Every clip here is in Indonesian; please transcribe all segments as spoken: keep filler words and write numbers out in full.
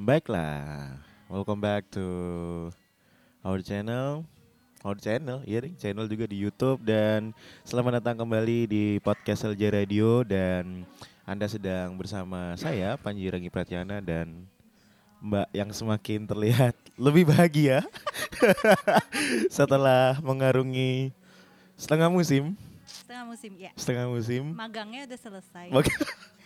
Baiklah, welcome back to our channel. Our channel, iya deh, channel juga di YouTube. Dan selamat datang kembali di podcast L J Radio. Dan Anda sedang bersama saya, Panji Ragi Pratyana. Dan Mbak yang semakin terlihat lebih bahagia setelah mengarungi setengah musim. Setengah musim, ya. Setengah musim. Magangnya udah selesai. Mag-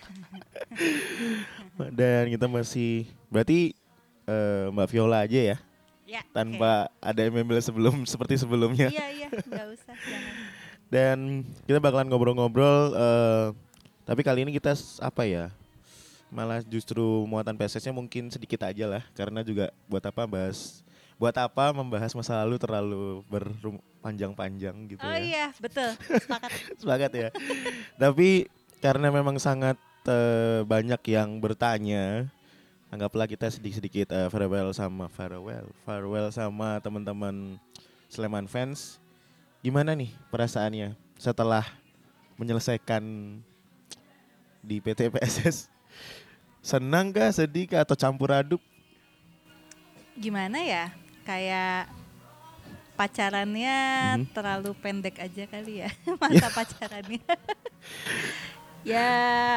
Dan kita masih, berarti uh, Mbak Viola aja ya? Ya, Tanpa okay. ada M M L sebelum seperti sebelumnya. Iya, iya, nggak usah, jangan. Dan kita bakalan ngobrol-ngobrol. Uh, tapi kali ini kita apa ya? Malah justru muatan P S S-nya mungkin sedikit aja lah. Karena juga buat apa bahas, buat apa membahas masa lalu terlalu berpanjang-panjang gitu oh, ya. Oh iya, betul. Sepakat. Sepakat ya. Tapi karena memang sangat uh, banyak yang bertanya. Anggaplah kita sedikit-sedikit uh, farewell sama farewell, farewell sama teman-teman Sleman fans. Gimana nih perasaannya setelah menyelesaikan di P T P S S? Senang kah, sedih kah, atau campur aduk? Gimana ya? Kayak pacarannya mm-hmm. terlalu pendek aja kali ya masa pacarannya. Ya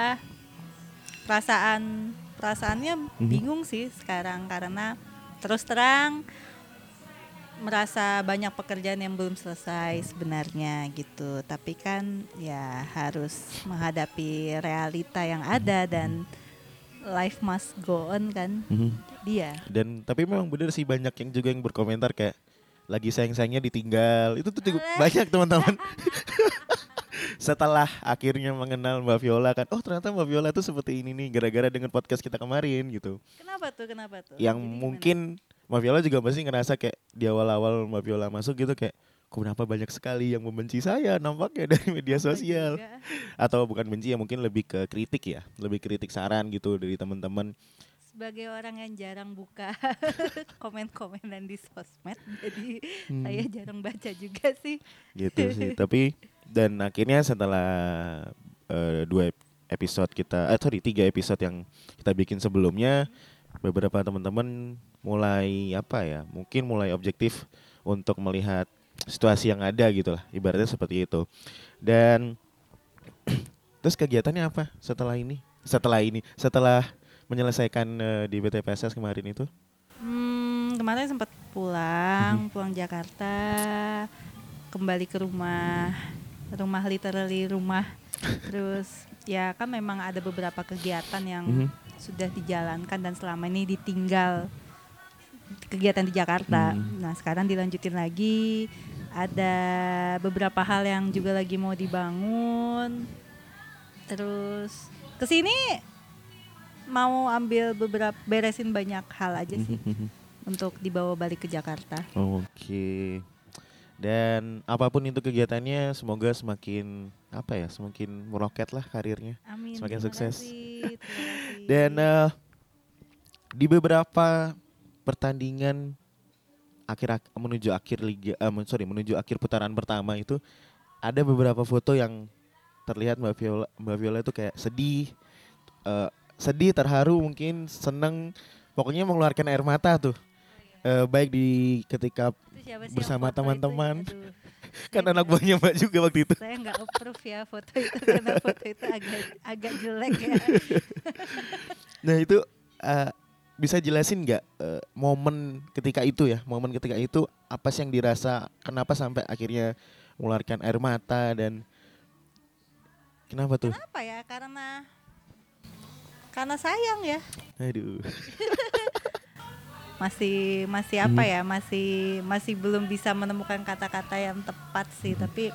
perasaan perasaannya mm-hmm. bingung sih sekarang karena terus terang merasa banyak pekerjaan yang belum selesai sebenarnya gitu. Tapi kan ya harus menghadapi realita yang ada dan life must go on kan. Mm-hmm. Dia. Dan tapi memang benar sih banyak yang juga yang berkomentar kayak lagi sayang-sayangnya ditinggal. Itu tuh juga banyak teman-teman. Setelah akhirnya mengenal Mbak Viola kan, oh ternyata Mbak Viola tuh seperti ini nih gara-gara dengan podcast kita kemarin gitu. Kenapa tuh? Kenapa tuh? Yang jadi mungkin gimana? Mbak Viola juga pasti ngerasa kayak di awal-awal Mbak Viola masuk gitu kayak, kok kenapa banyak sekali yang membenci saya nampaknya dari media sosial. Atau bukan benci ya, mungkin lebih ke kritik ya, lebih kritik saran gitu dari teman-teman. Sebagai orang yang jarang buka komen-komenan di sosmed, jadi hmm. saya jarang baca juga sih. Gitu sih, tapi dan akhirnya setelah uh, dua episode kita, eh sorry tiga episode yang kita bikin sebelumnya, beberapa teman-teman mulai apa ya, mungkin mulai objektif untuk melihat situasi yang ada gitu lah, ibaratnya seperti itu. Dan terus kegiatannya apa setelah ini? Setelah ini, setelah menyelesaikan uh, di B T P S S kemarin itu? Hmm, kemarin sempat pulang, mm-hmm. pulang Jakarta, kembali ke rumah, rumah literally rumah. Terus ya kan memang ada beberapa kegiatan yang mm-hmm. sudah dijalankan dan selama ini ditinggal kegiatan di Jakarta. Mm. Nah sekarang dilanjutin lagi, ada beberapa hal yang juga lagi mau dibangun. Terus kesini mau ambil beberapa, beresin banyak hal aja sih untuk dibawa balik ke Jakarta. Oke. Okay. Dan apapun itu kegiatannya, semoga semakin apa ya, semakin meroket lah karirnya. Amin. Semakin terima sukses. Kasih, terima kasih. Dan uh, di beberapa pertandingan akhir menuju akhir liga, uh, sorry menuju akhir putaran pertama itu ada beberapa foto yang terlihat Mbak Viola, Mbak Viola itu kayak sedih. Uh, sedih, terharu, mungkin seneng, pokoknya mengeluarkan air mata tuh. Oh, iya. uh, baik di ketika bersama teman-teman. Kan anak buahnya Mbak juga waktu itu. Saya nggak approve ya foto itu karena foto itu agak agak jelek ya. Nah itu uh, bisa jelasin nggak uh, momen ketika itu ya, momen ketika itu apa sih yang dirasa, kenapa sampai akhirnya mengeluarkan air mata dan kenapa tuh? Kenapa ya? Karena Karena sayang ya. Aduh. masih masih apa ya? Masih masih belum bisa menemukan kata-kata yang tepat sih. Hmm. Tapi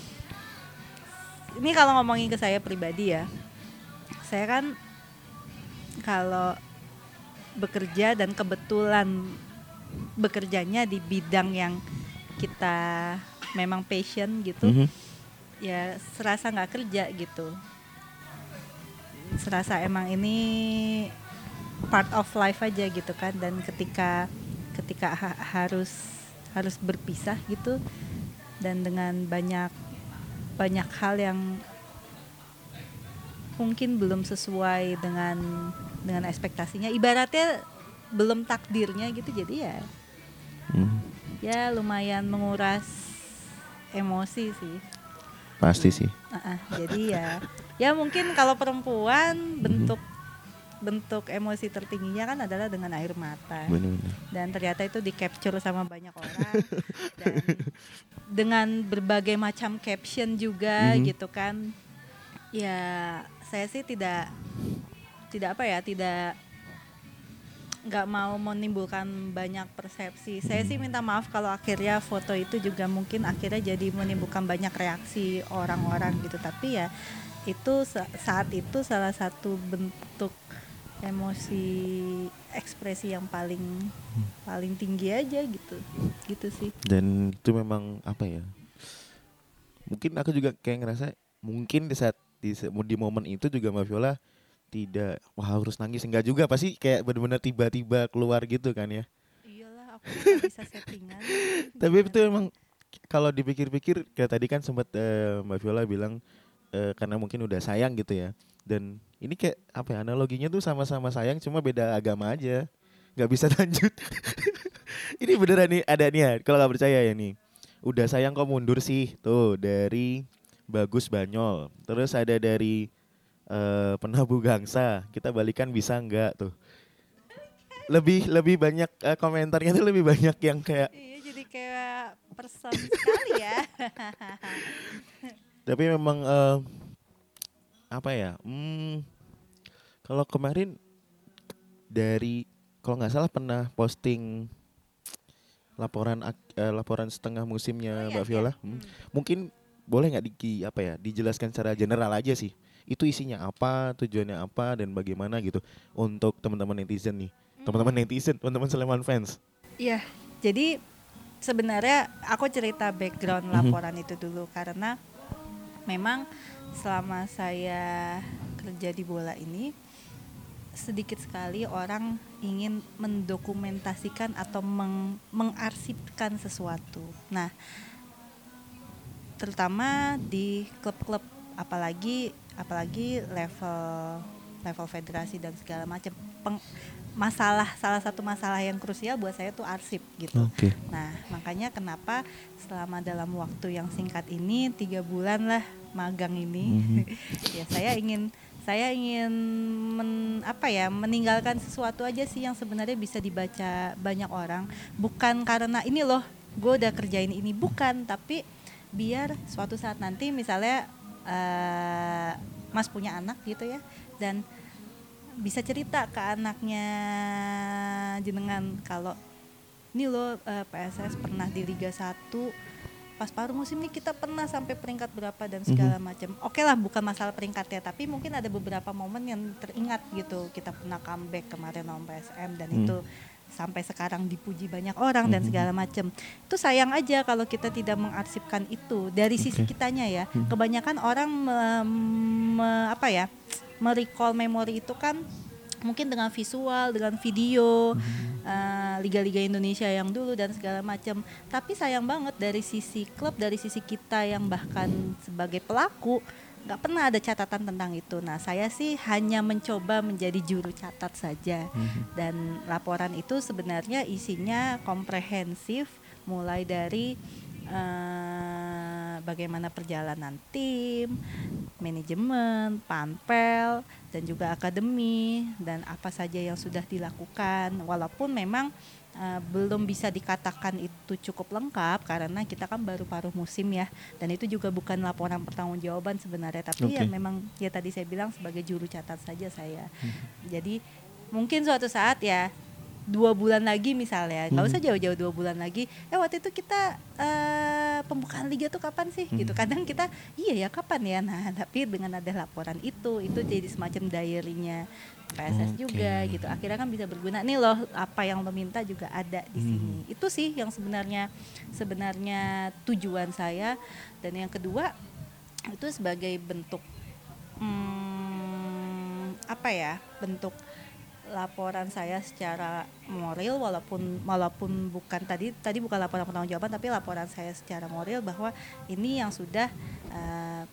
ini kalau ngomongin ke saya pribadi ya, saya kan kalau bekerja dan kebetulan bekerjanya di bidang yang kita memang passion gitu, mm-hmm. ya serasa nggak kerja gitu. Serasa emang ini part of life aja gitu kan. Dan ketika ketika ha- harus harus berpisah gitu dan dengan banyak banyak hal yang mungkin belum sesuai dengan dengan ekspektasinya. Ibaratnya belum takdirnya gitu, jadi ya Hmm, ya lumayan menguras emosi sih. pasti sih. Uh-uh, jadi ya ya mungkin kalau perempuan Mhm. bentuk bentuk emosi tertingginya kan adalah dengan air mata, Benar-benar. dan ternyata itu di capture sama banyak orang dan dengan berbagai macam caption juga Mhm. gitu kan. Ya saya sih tidak tidak apa ya tidak nggak mau menimbulkan banyak persepsi. Saya sih minta maaf kalau akhirnya foto itu juga mungkin akhirnya jadi menimbulkan banyak reaksi orang-orang gitu. Tapi ya itu sa- saat itu salah satu bentuk emosi ekspresi yang paling paling tinggi aja gitu. Gitu sih. Dan itu memang apa ya? Mungkin aku juga kayak ngerasa mungkin di saat di, se- di momen itu juga Mbak Viola tidak wah harus nangis, enggak juga, pasti kayak benar-benar tiba-tiba keluar gitu kan ya. Iyalah, aku kan nggak bisa settingan. Tapi itu Gimana? emang kalau dipikir-pikir kayak tadi kan sempat eh, Mbak Viola bilang eh, karena mungkin udah sayang gitu ya. Dan ini kayak apa ya, analoginya tuh sama-sama sayang cuma beda agama aja. Nggak bisa lanjut. Ini beneran nih ada nih ya, kalau nggak percaya ya nih. Udah sayang kok mundur sih tuh dari Bagus Banyol. Terus ada dari eh, Penabuh Gangsa. Kita balikan bisa nggak tuh? Lebih lebih banyak eh, komentarnya tuh lebih banyak yang kayak Iya, jadi kayak person sekali ya. tapi memang eh, apa ya? Hmm, kalau kemarin dari kalau nggak salah pernah posting laporan ak- eh, laporan setengah Oh musimnya iya, Mbak iya. Viola. Hmm. Hmm. Mungkin boleh nggak di apa ya dijelaskan secara general aja sih. Itu isinya apa, tujuannya apa, dan bagaimana gitu untuk teman-teman netizen nih. Teman-teman Hmm. netizen, teman-teman Sleman fans. Iya, jadi sebenarnya aku cerita background Mhm. laporan itu dulu karena memang selama saya kerja di bola ini sedikit sekali orang ingin mendokumentasikan atau meng- mengarsipkan sesuatu. Nah, terutama di klub-klub, apalagi apalagi level level federasi dan segala macam. Peng- masalah salah satu masalah yang krusial buat saya tuh arsip gitu. Oke. Nah, makanya kenapa selama dalam waktu yang singkat ini tiga bulan lah magang ini, Mhm. ya saya ingin saya ingin men, apa ya meninggalkan sesuatu aja sih yang sebenarnya bisa dibaca banyak orang. Bukan karena ini loh, gue udah kerjain ini, bukan, tapi biar suatu saat nanti misalnya eh, Mas punya anak gitu ya, dan bisa cerita ke anaknya jenengan kalau ini loh eh, P S S pernah di Liga satu pas paruh musim nih kita pernah sampai peringkat berapa dan segala Mhm. macam. Oke lah, bukan masalah peringkatnya, tapi mungkin ada beberapa momen yang teringat gitu. Kita pernah comeback kemarin lawan P S M dan Mhm. itu sampai sekarang dipuji banyak orang dan Mhm. segala macam. Itu sayang aja kalau kita tidak mengarsipkan itu dari sisi Oke. kitanya ya. Mhm. Kebanyakan orang me- me- apa ya? merecall memori itu kan mungkin dengan visual, dengan video, uh, liga-liga Indonesia yang dulu dan segala macam. Tapi sayang banget dari sisi klub, dari sisi kita yang bahkan sebagai pelaku nggak pernah ada catatan tentang itu. Nah, saya sih hanya mencoba menjadi juru catat saja. Dan laporan itu sebenarnya isinya komprehensif, mulai dari uh, bagaimana perjalanan tim, manajemen, panpel, dan juga akademi, dan apa saja yang sudah dilakukan. Walaupun memang uh, belum bisa dikatakan itu cukup lengkap karena kita kan baru paruh musim ya, dan itu juga bukan laporan pertanggungjawaban sebenarnya, tapi ya Oke. memang ya tadi saya bilang sebagai juru catat saja saya. Jadi mungkin suatu saat ya dua bulan lagi misalnya, nggak usah jauh-jauh dua bulan lagi. Eh waktu itu kita uh, pembukaan liga tuh kapan sih? Hmm. Gitu. Kadang kita iya ya kapan ya. Nah tapi dengan ada laporan itu, itu jadi semacam diary-nya P S S Oke. juga gitu. Akhirnya kan bisa berguna. Nih loh apa yang lo minta juga ada di Hmm. sini. Itu sih yang sebenarnya sebenarnya tujuan saya. Dan yang kedua itu sebagai bentuk hmm, apa ya? Bentuk laporan saya secara moral, walaupun walaupun bukan tadi tadi bukan laporan pertanggungjawaban, tapi laporan saya secara moral bahwa ini yang sudah uh,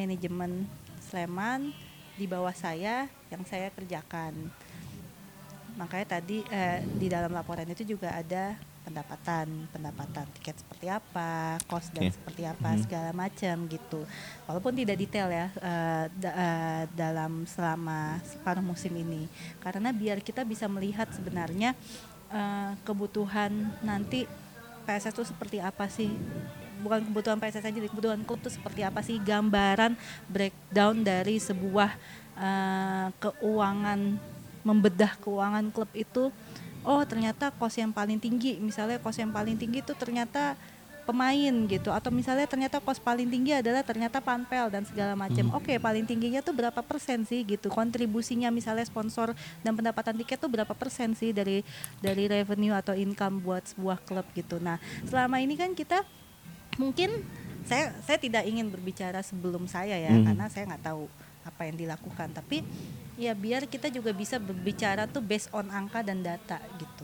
manajemen Sleman di bawah saya yang saya kerjakan. makanya tadi eh, di dalam laporan itu juga ada pendapatan, pendapatan tiket seperti apa, cost dan Oke. seperti apa Mhm. segala macam gitu. Walaupun tidak detail ya eh, da- eh, dalam selama separuh musim ini, karena biar kita bisa melihat sebenarnya eh, kebutuhan nanti P S S itu seperti apa sih. Bukan kebutuhan P S S aja, kebutuhan klub itu seperti apa sih, gambaran breakdown dari sebuah eh, keuangan, membedah keuangan klub itu. Oh ternyata kos yang paling tinggi, misalnya kos yang paling tinggi itu ternyata pemain gitu, atau misalnya ternyata kos paling tinggi adalah ternyata panpel dan segala macam. Hmm. Oke, paling tingginya tuh berapa persen sih gitu, kontribusinya misalnya sponsor dan pendapatan tiket tuh berapa persen sih dari dari revenue atau income buat sebuah klub gitu. Nah selama ini kan kita mungkin, saya saya tidak ingin berbicara sebelum saya ya, Mhm. karena saya nggak tahu apa yang dilakukan, tapi ya biar kita juga bisa berbicara tuh based on angka dan data gitu.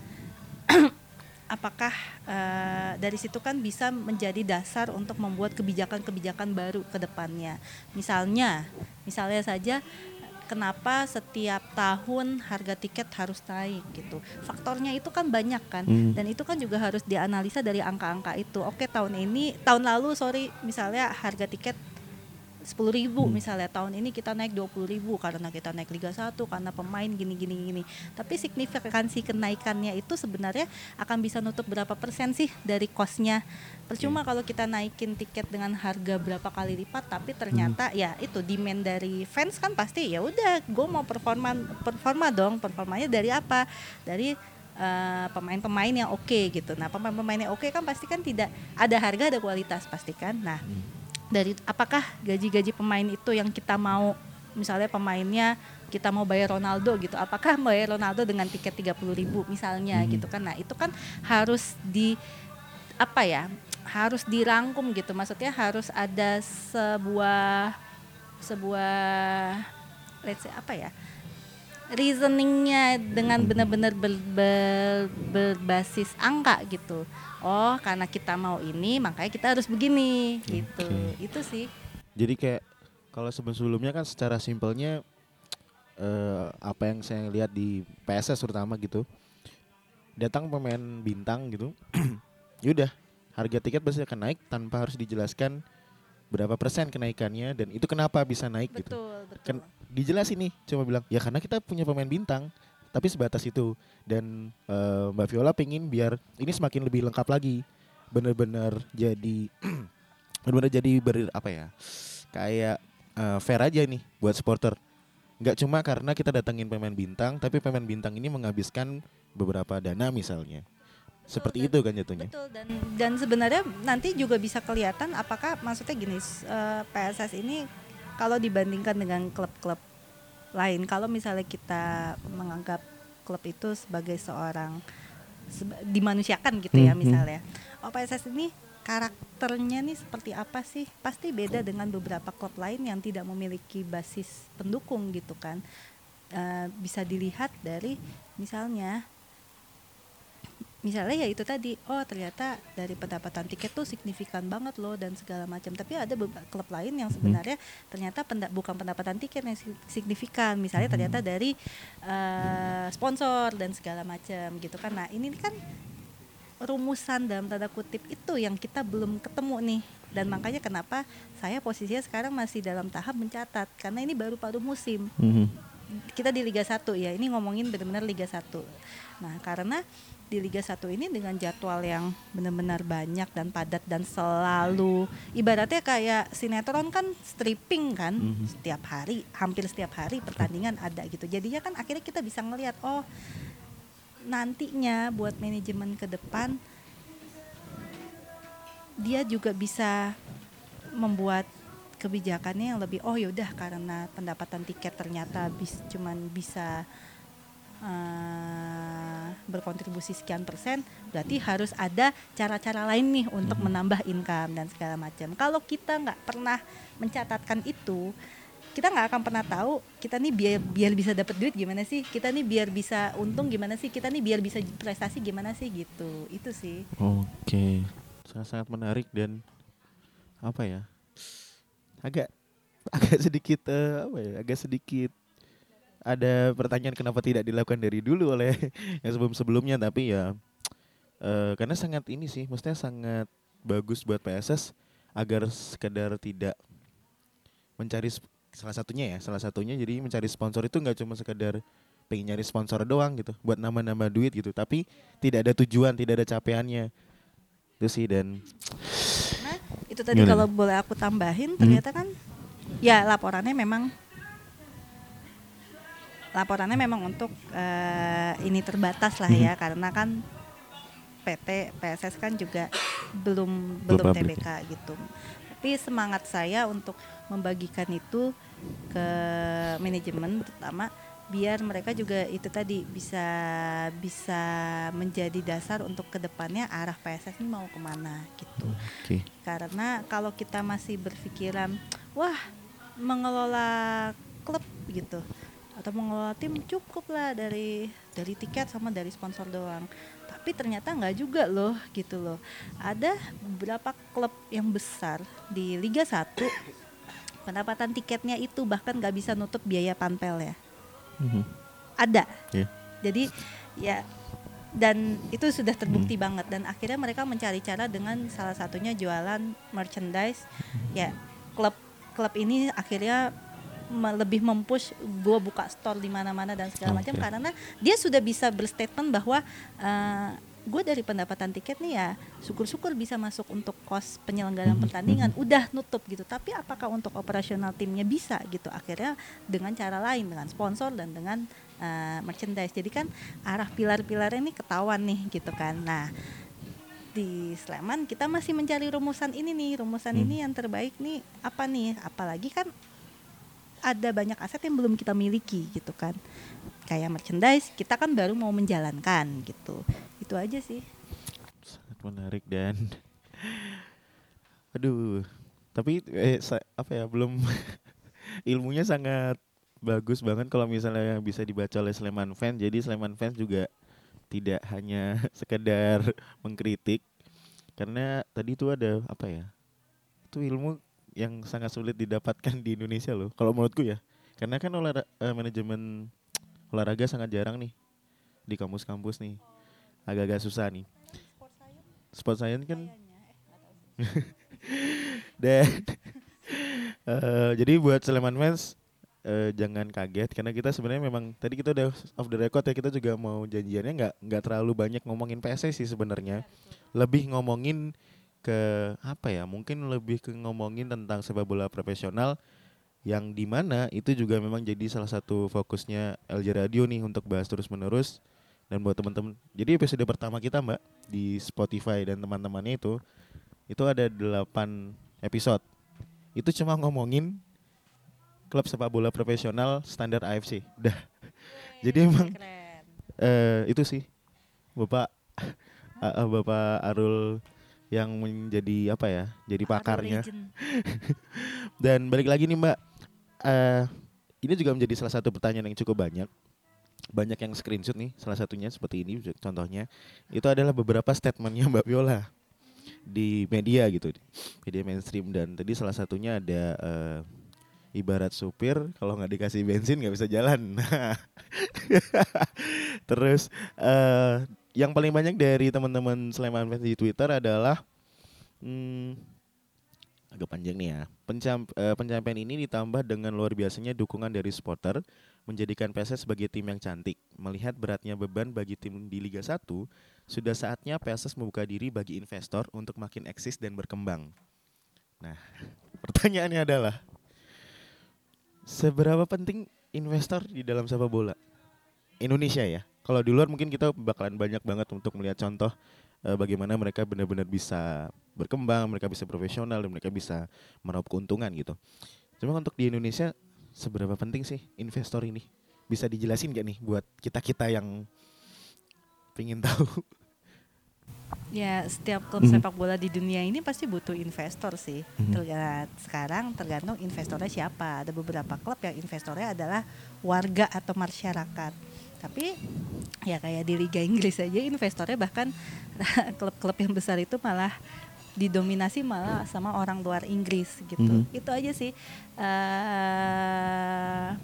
Apakah eh, dari situ kan bisa menjadi dasar untuk membuat kebijakan-kebijakan baru ke depannya. Misalnya, misalnya saja kenapa setiap tahun harga tiket harus naik gitu. Faktornya itu kan banyak kan, Hmm. dan itu kan juga harus dianalisa dari angka-angka itu. Oke, tahun ini, tahun lalu sorry, misalnya harga tiket sepuluh ribu Hmm. misalnya, tahun ini kita naik dua puluh ribu karena kita naik Liga satu, karena pemain gini gini gini. Tapi signifikansi kenaikannya itu sebenarnya akan bisa nutup berapa persen sih dari kosnya. Percuma kalau kita naikin tiket dengan harga berapa kali lipat, tapi ternyata ya itu demand dari fans kan pasti ya udah, gue mau performa performa dong. Performanya dari apa? Dari uh, pemain-pemain yang oke okay, gitu. Nah pemain-pemain yang oke okay kan pasti kan tidak ada harga, ada kualitas pasti kan. Nah dari apakah gaji-gaji pemain itu yang kita mau, misalnya pemainnya kita mau bayar Ronaldo gitu, apakah bayar Ronaldo dengan tiket tiga puluh ribu misalnya Hmm. gitu kan. Nah itu kan harus di apa ya, harus dirangkum gitu, maksudnya harus ada sebuah sebuah let's say apa ya, reasoningnya dengan benar-benar ber, ber, berbasis angka gitu. Oh karena kita mau ini makanya kita harus begini gitu. Oke. Itu sih. Jadi kayak kalau sebelum-sebelumnya kan secara simpelnya eh, apa yang saya lihat di P S S terutama gitu, datang pemain bintang gitu, yaudah harga tiket pasti akan naik tanpa harus dijelaskan berapa persen kenaikannya dan itu kenapa bisa naik gitu. Betul, betul. Kan dijelasin nih, cuma bilang ya karena kita punya pemain bintang, tapi sebatas itu. Dan eh, Mbak Viola pengen biar ini semakin lebih lengkap lagi, benar-benar jadi benar-benar jadi ber apa ya, kayak eh, fair aja nih buat supporter. Nggak cuma karena kita datangin pemain bintang, tapi pemain bintang ini menghabiskan beberapa dana misalnya. Seperti dan, itu kan jatuhnya. betul, dan dan sebenarnya nanti juga bisa kelihatan apakah, maksudnya gini, uh, P S S ini kalau dibandingkan dengan klub-klub lain, kalau misalnya kita menganggap klub itu sebagai seorang seba, dimanusiakan gitu ya misalnya, oh P S S ini karakternya nih seperti apa sih, pasti beda dengan beberapa klub lain yang tidak memiliki basis pendukung gitu kan. Uh, bisa dilihat dari misalnya misalnya ya itu tadi, oh ternyata dari pendapatan tiket tuh signifikan banget loh dan segala macam. Tapi ada beberapa klub lain yang sebenarnya ternyata penda- bukan pendapatan tiket yang signifikan, misalnya ternyata dari uh, sponsor dan segala macam gitu kan. Nah ini kan rumusan dalam tanda kutip itu yang kita belum ketemu nih, dan makanya kenapa saya posisinya sekarang masih dalam tahap mencatat, karena ini baru paruh musim. Mm-hmm. Kita di Liga satu ya, ini ngomongin benar-benar Liga satu. Nah karena di Liga satu ini dengan jadwal yang benar-benar banyak dan padat dan selalu ibaratnya kayak sinetron kan, stripping kan, mm-hmm. setiap hari, hampir setiap hari pertandingan ada gitu. Jadinya kan akhirnya kita bisa ngelihat, oh nantinya buat manajemen ke depan dia juga bisa membuat kebijakannya yang lebih, oh yaudah karena pendapatan tiket ternyata bis, cuman bisa Uh, berkontribusi sekian persen, berarti harus ada cara-cara lain nih untuk menambah income dan segala macam. Kalau kita nggak pernah mencatatkan itu, kita nggak akan pernah tahu kita nih biar biar bisa dapat duit gimana sih, kita nih biar bisa untung gimana sih, kita nih biar bisa prestasi gimana sih gitu. Itu sih. Oke, sangat-sangat menarik dan apa ya, agak agak sedikit uh, apa ya, agak sedikit ada pertanyaan kenapa tidak dilakukan dari dulu oleh yang sebelum-sebelumnya, tapi ya eh, karena sangat ini sih, maksudnya sangat bagus buat P S S agar sekedar tidak mencari sp- salah satunya ya, salah satunya jadi mencari sponsor itu nggak cuma sekedar pengen nyari sponsor doang gitu, buat nambah-nambah duit gitu, tapi tidak ada tujuan, tidak ada capaiannya. Itu sih. Dan Nah, itu tadi gimana kalau nih? boleh aku tambahin, Hmm? ternyata kan ya laporannya memang laporannya memang untuk eh, ini terbatas lah ya, Mhm. karena kan P T P S S kan juga belum Belum belum publik T B K gitu. Tapi semangat saya untuk membagikan itu ke manajemen terutama biar mereka juga itu tadi bisa bisa menjadi dasar untuk kedepannya arah P S S ini mau kemana gitu. Oke. Karena kalau kita masih berpikiran wah mengelola klub gitu atau mengelola tim cukup lah dari dari tiket sama dari sponsor doang, tapi ternyata nggak juga loh gitu loh. Ada beberapa klub yang besar di Liga satu pendapatan tiketnya itu bahkan nggak bisa nutup biaya panpel ya, Mhm. ada. Iya. Jadi ya, dan itu sudah terbukti Hmm. banget, dan akhirnya mereka mencari cara dengan salah satunya jualan merchandise ya. Klub klub ini akhirnya me- lebih mempush gue buka store di mana-mana dan segala macam, Oke. karena dia sudah bisa berstatement bahwa gue dari pendapatan tiket nih ya syukur-syukur bisa masuk untuk kos penyelenggaraan Mhm. pertandingan, Mhm. udah nutup gitu. Tapi apakah untuk operasional timnya bisa gitu? Akhirnya dengan cara lain, dengan sponsor dan dengan uh, merchandise. Jadi kan arah pilar-pilarnya ini ketahuan nih gitu kan. Nah, di Sleman kita masih mencari rumusan ini nih, rumusan Hmm. ini yang terbaik nih apa nih? Apalagi kan ada banyak aset yang belum kita miliki gitu kan. Kayak merchandise kita kan baru mau menjalankan gitu. Itu aja sih. Sangat menarik dan aduh, tapi eh, sa- apa ya, belum ilmunya sangat bagus banget kalau misalnya bisa dibaca oleh Sleman fans. Jadi Sleman fans juga tidak hanya sekedar mengkritik, karena tadi itu ada apa ya, itu ilmu yang sangat sulit didapatkan di Indonesia loh kalau menurutku ya, karena kan olah manajemen olahraga sangat jarang nih di kampus-kampus nih, agak-agak susah nih. Sport science kan. Dan eh, jadi buat Sleman fans eh, jangan kaget, karena kita sebenarnya memang tadi kita udah off the record ya, kita juga mau janjiannya nggak nggak terlalu banyak ngomongin P S S sih sebenarnya, lebih ngomongin ke apa ya, mungkin lebih ke ngomongin tentang sepak bola profesional, yang dimana itu juga memang jadi salah satu fokusnya L J Radio nih untuk bahas terus menerus. Dan buat teman-teman, jadi episode pertama kita Mbak di Spotify dan teman-temannya itu itu ada delapan episode, itu cuma ngomongin klub sepak bola profesional standar A F C. Udah. Jadi emang Keren. eh, itu sih Bapak uh, uh, Bapak Arul yang menjadi apa ya? Jadi pakarnya. Dan balik lagi nih Mbak, eh ini juga menjadi salah satu pertanyaan yang cukup banyak. Banyak yang screenshot nih, salah satunya seperti ini contohnya. Itu adalah beberapa statementnya Mbak Viola di media gitu, media mainstream. Dan tadi salah satunya ada eh, ibarat supir kalau nggak dikasih bensin nggak bisa jalan. Terus eh, yang paling banyak dari teman-teman Sleman fans di Twitter adalah hmm, agak panjang nih ya. Pencamp- eh, pencapaian ini ditambah dengan luar biasanya dukungan dari supporter, menjadikan P S S sebagai tim yang cantik. Melihat beratnya beban bagi tim di Liga satu, sudah saatnya P S S membuka diri bagi investor untuk makin eksis dan berkembang. Nah, pertanyaannya adalah seberapa penting investor di dalam sepak bola Indonesia ya? Kalau di luar mungkin kita bakalan banyak banget untuk melihat contoh eh, bagaimana mereka benar-benar bisa berkembang, mereka bisa profesional, dan mereka bisa meraup keuntungan gitu. Cuma untuk di Indonesia seberapa penting sih investor ini? Bisa dijelasin gak nih buat kita-kita yang pengen tahu? Ya, setiap klub Mhm. sepak bola di dunia ini pasti butuh investor sih. Mhm. Tergantung, sekarang tergantung investornya siapa. Ada beberapa klub yang investornya adalah warga atau masyarakat. Tapi ya kayak di Liga Inggris aja investornya bahkan klub-klub yang besar itu malah didominasi malah sama orang luar Inggris gitu. Mhm. Itu aja sih. Uh,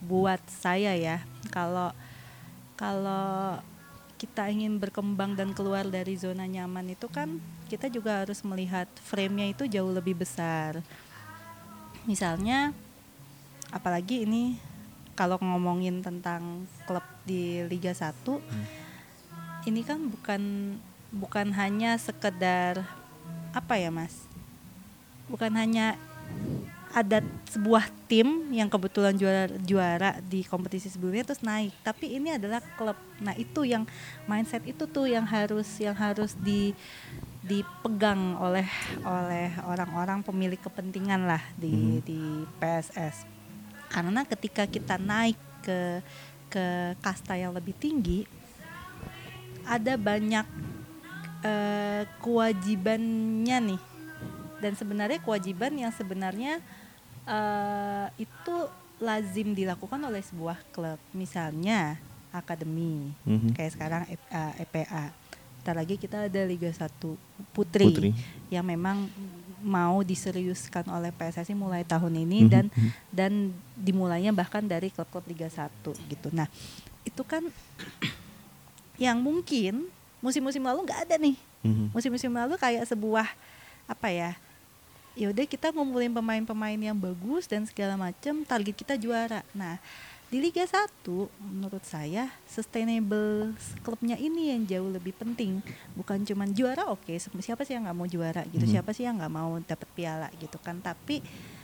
buat saya ya, kalau kalau kita ingin berkembang dan keluar dari zona nyaman itu kan kita juga harus melihat frame-nya itu jauh lebih besar. Misalnya apalagi ini kalau ngomongin tentang klub di Liga satu, hmm. ini kan bukan bukan hanya sekedar apa ya Mas? Bukan hanya ada sebuah tim yang kebetulan juara juara di kompetisi sebelumnya terus naik, tapi ini adalah klub. Nah, itu yang mindset itu tuh yang harus yang harus di dipegang oleh oleh orang-orang pemilik kepentingan lah di hmm. di P S S. Karena ketika kita naik ke ke kasta yang lebih tinggi, ada banyak uh, kewajibannya nih. Dan sebenarnya kewajiban yang sebenarnya uh, itu lazim dilakukan oleh sebuah klub. Misalnya akademi, mm-hmm. kayak sekarang E P A. Ntar lagi kita ada Liga satu Putri, Putri yang memang mau diseriuskan oleh P S S I mulai tahun ini, mm-hmm. dan dan dimulainya bahkan dari klub-klub Liga satu gitu. Nah, itu kan yang mungkin musim-musim lalu nggak ada nih. Mm-hmm. Musim-musim lalu kayak sebuah apa ya? Ya udah kita ngumpulin pemain-pemain yang bagus dan segala macam, target kita juara. Nah, di Liga satu menurut saya sustainable klubnya ini yang jauh lebih penting. Bukan cuma juara, oke, okay, siapa sih yang nggak mau juara gitu, mm-hmm. siapa sih yang nggak mau dapat piala gitu kan. Tapi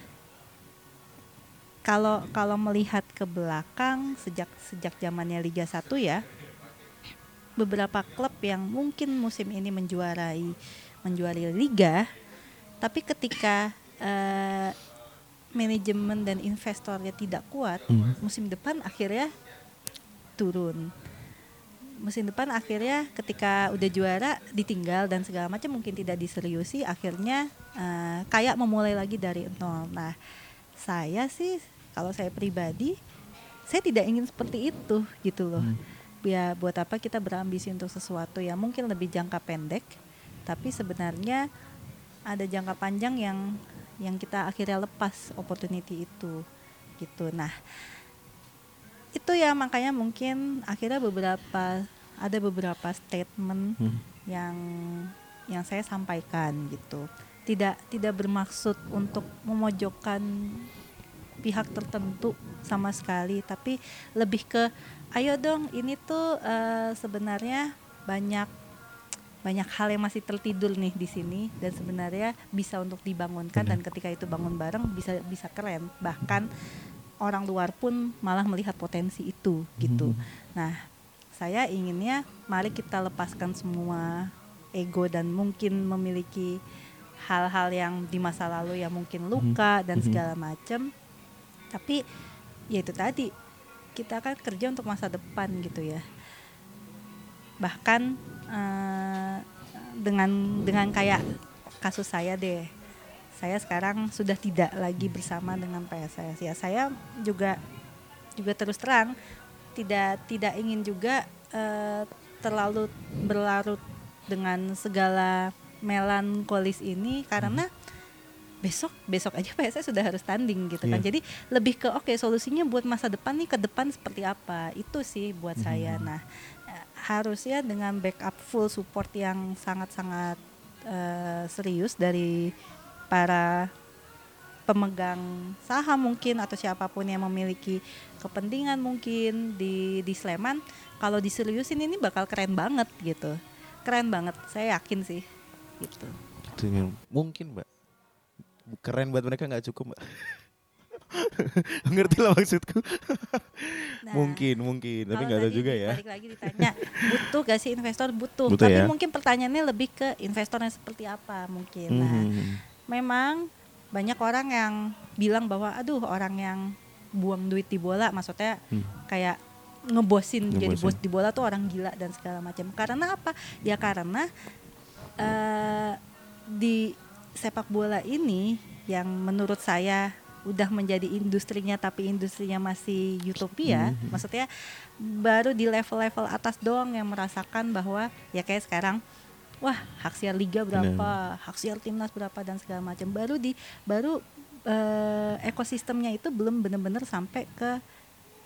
kalau kalau melihat ke belakang sejak sejak zamannya Liga satu ya, beberapa klub yang mungkin musim ini menjuarai menjuarai liga, tapi ketika uh, manajemen dan investornya tidak kuat, mm. musim depan akhirnya turun. Musim depan akhirnya ketika udah juara ditinggal dan segala macam, mungkin tidak diseriusi, akhirnya uh, kayak memulai lagi dari nol. Nah, saya sih kalau saya pribadi, saya tidak ingin seperti itu gitu loh. Mm. Ya buat apa kita berambisi untuk sesuatu yang mungkin lebih jangka pendek, tapi sebenarnya ada jangka panjang yang yang kita akhirnya lepas opportunity itu gitu. Nah, itu ya makanya mungkin akhirnya beberapa ada beberapa statement hmm. yang yang saya sampaikan gitu. Tidak tidak bermaksud untuk memojokkan pihak tertentu sama sekali, tapi lebih ke ayo dong, ini tuh uh, sebenarnya banyak banyak hal yang masih tertidur nih di sini dan sebenarnya bisa untuk dibangunkan, dan ketika itu bangun bareng bisa bisa keren, bahkan orang luar pun malah melihat potensi itu gitu. Nah, saya inginnya mari kita lepaskan semua ego dan mungkin memiliki hal-hal yang di masa lalu yang mungkin luka dan segala macam, tapi ya itu tadi, kita kan kerja untuk masa depan gitu ya. Bahkan uh, dengan dengan kayak kasus saya deh, saya sekarang sudah tidak lagi bersama dengan P S S. Ya saya juga juga terus terang tidak tidak ingin juga uh, terlalu berlarut dengan segala melankolis ini, karena besok besok aja P S S sudah harus tanding gitu kan. Yeah. Jadi lebih ke oke okay, solusinya buat masa depan nih, ke depan seperti apa, itu sih buat mm-hmm. saya. Nah, harusnya dengan backup full support yang sangat-sangat uh, serius dari para pemegang saham mungkin atau siapapun yang memiliki kepentingan mungkin di di Sleman, kalau diseriusin ini bakal keren banget gitu. Keren banget, saya yakin sih gitu. Itu yang mungkin Mbak, keren buat mereka nggak cukup Mbak. Ngerti lah maksudku. Nah, mungkin mungkin tapi nggak tahu juga ya. Balik lagi ditanya butuh gak sih investor, butuh, butuh tapi ya? Mungkin pertanyaannya lebih ke investornya seperti apa mungkin. Mm-hmm. Nah, memang banyak orang yang bilang bahwa aduh, orang yang buang duit di bola, maksudnya hmm. kayak ngebosin, ngebosin jadi bos di bola tuh orang gila dan segala macam. Karena apa? Ya karena uh, di sepak bola ini yang menurut saya udah menjadi industrinya, tapi industrinya masih utopia. Mm-hmm. Maksudnya baru di level-level atas doang yang merasakan bahwa ya kayak sekarang, wah hak siar liga berapa, Bener. hak siar timnas berapa dan segala macam. Baru di baru uh, ekosistemnya itu belum benar-benar sampai ke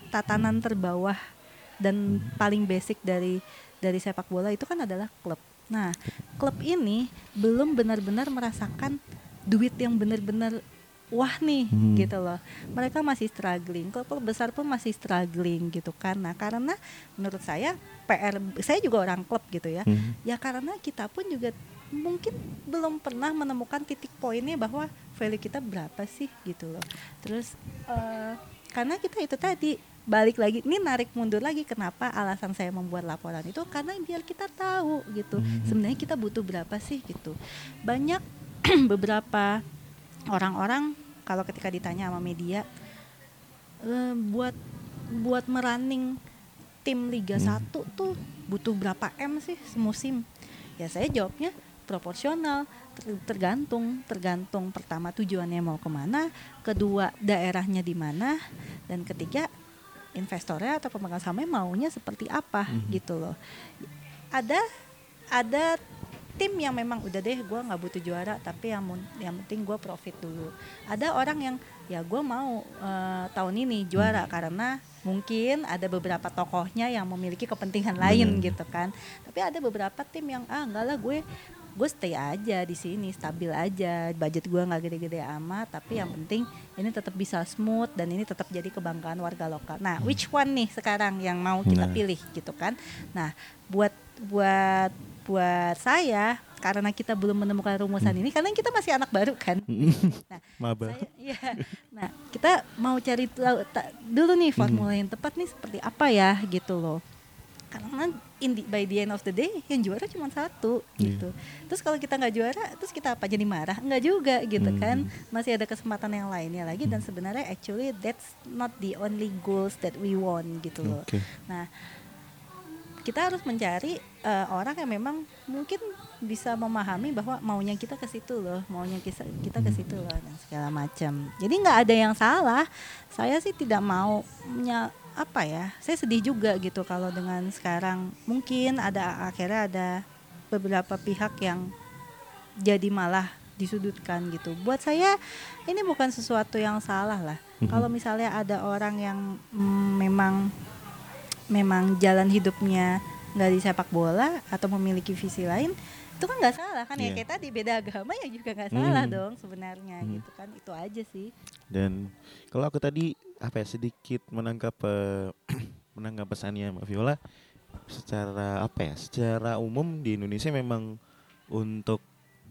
tatanan terbawah dan paling basic dari dari sepak bola itu kan adalah klub. Nah, klub ini belum benar-benar merasakan duit yang benar-benar wah nih hmm. gitu loh. Mereka masih struggling. Klub-klub besar pun masih struggling gitu kan. Nah, karena menurut saya P R, saya juga orang klub gitu ya. Hmm. Ya karena kita pun juga mungkin belum pernah menemukan titik poinnya bahwa value kita berapa sih gitu loh. Terus uh, karena kita itu tadi balik lagi, ini narik mundur lagi, kenapa alasan saya membuat laporan itu karena biar kita tahu gitu hmm. sebenarnya kita butuh berapa sih gitu. Banyak beberapa orang-orang kalau ketika ditanya sama media e, buat buat merunning tim Liga hmm. satu tuh butuh berapa M sih semusim? Ya saya jawabnya proporsional, ter- tergantung tergantung pertama tujuannya mau kemana, kedua daerahnya di mana, dan ketiga investornya atau pemegang sahamnya maunya seperti apa hmm. gitu loh. Ada ada tim yang memang udah deh gue nggak butuh juara tapi yang yang penting gue profit dulu. Ada orang yang ya gue mau uh, tahun ini juara hmm. karena mungkin ada beberapa tokohnya yang memiliki kepentingan lain hmm. gitu kan. Tapi ada beberapa tim yang ah enggak lah gue gue stay aja di sini, stabil aja, budget gue nggak gede-gede amat, tapi yang penting ini tetap bisa smooth dan ini tetap jadi kebanggaan warga lokal. Nah, which one nih sekarang yang mau kita nah. pilih gitu kan? Nah, buat buat buat saya karena kita belum menemukan rumusan hmm. ini, karena kita masih anak baru kan. Nah, saya, ya, nah kita mau cari tahu ta, dulu nih formula hmm. yang tepat nih seperti apa ya gitu loh. Karena in the, by the end of the day yang juara cuma satu yeah. gitu. Terus kalau kita nggak juara, terus kita apa jadi marah? Nggak juga gitu hmm. kan. Masih ada kesempatan yang lainnya lagi hmm. dan sebenarnya actually that's not the only goals that we want gitu loh. Okay. Nah, kita harus mencari uh, orang yang memang mungkin bisa memahami bahwa maunya kita ke situ loh, maunya kita kita ke situ loh dan segala macam. Jadi nggak ada yang salah. Saya sih tidak mau punya apa ya, saya sedih juga gitu kalau dengan sekarang mungkin ada akhirnya ada beberapa pihak yang jadi malah disudutkan gitu. Buat saya ini bukan sesuatu yang salah lah. Mm-hmm. Kalau misalnya ada orang yang mm, memang memang jalan hidupnya nggak di sepak bola atau memiliki visi lain, itu kan nggak salah kan yeah. ya kayak tadi beda agama ya juga nggak salah mm. dong sebenarnya mm. gitu kan, itu aja sih. Dan kalau aku tadi apa ya sedikit menangkap uh, menangkap pesannya Mbak Viola secara apa ya secara umum di Indonesia memang untuk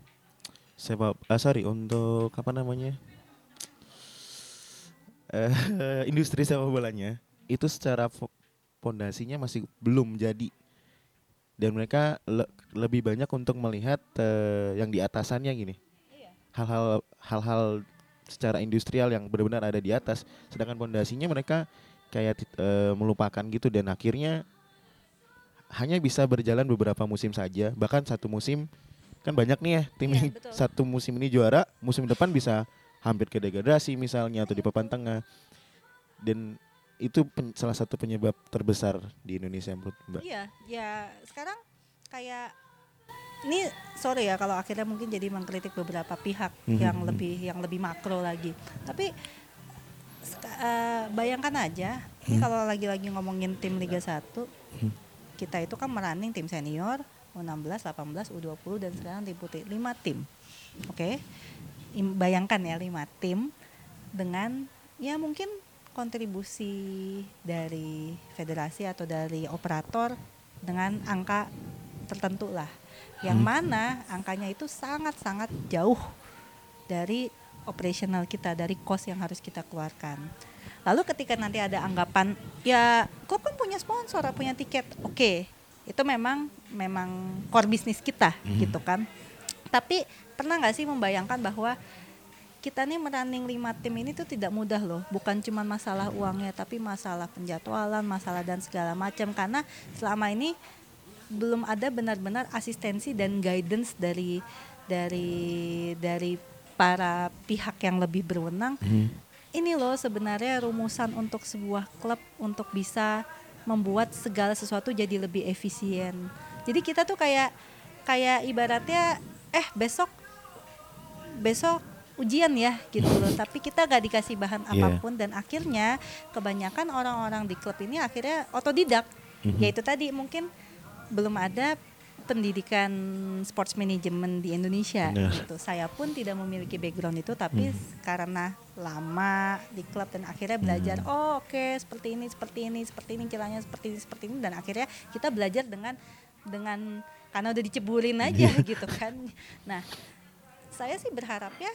sepak ah, sorry untuk apa namanya uh, industri sepak bolanya itu secara fondasinya masih belum jadi dan mereka le- lebih banyak untuk melihat uh, yang di atasannya gini iya. hal-hal hal-hal secara industrial yang benar-benar ada di atas, sedangkan pondasinya mereka kayak e, melupakan gitu dan akhirnya hanya bisa berjalan beberapa musim saja, bahkan satu musim kan banyak nih ya tim yang iya, satu musim ini juara, musim depan bisa hampir ke degradasi misalnya atau di papan tengah, dan itu pen, salah satu penyebab terbesar di Indonesia menurut Mbak. Iya, ya sekarang kayak ini sorry ya kalau akhirnya mungkin jadi mengkritik beberapa pihak mm-hmm. yang lebih yang lebih makro lagi. Tapi uh, bayangkan aja, mm-hmm. ini kalau lagi-lagi ngomongin tim Liga satu, mm-hmm. kita itu kan merunning tim senior, U enam belas, delapan belas, U dua puluh dan sekarang tim putih, lima tim. Oke. Okay? Bayangkan ya lima tim dengan ya mungkin kontribusi dari federasi atau dari operator dengan angka tertentu lah. Yang hmm. mana angkanya itu sangat-sangat jauh dari operasional kita, dari cost yang harus kita keluarkan. Lalu ketika nanti ada anggapan, ya klub kan punya sponsor, punya tiket, oke, okay, itu memang memang core bisnis kita hmm. gitu kan. Tapi pernah nggak sih membayangkan bahwa kita nih merunning lima tim ini tuh tidak mudah loh, bukan cuma masalah uangnya, tapi masalah penjadwalan, masalah dan segala macam, karena selama ini belum ada benar-benar asistensi dan guidance dari dari dari para pihak yang lebih berwenang. Hmm. Ini loh sebenarnya rumusan untuk sebuah klub untuk bisa membuat segala sesuatu jadi lebih efisien. Jadi kita tuh kayak kayak ibaratnya eh besok besok ujian ya gitu loh, tapi kita gak dikasih bahan Iya. apapun dan akhirnya kebanyakan orang-orang di klub ini akhirnya otodidak. Mhm. Yaitu tadi mungkin belum ada pendidikan sports management di Indonesia Benar. gitu. Saya pun tidak memiliki background itu, tapi Mhm. karena lama di klub dan akhirnya belajar, Mhm. oh oke okay, seperti ini, seperti ini, seperti ini caranya, seperti ini, seperti ini, dan akhirnya kita belajar dengan dengan karena udah diceburin aja gitu kan. Nah, saya sih berharap ya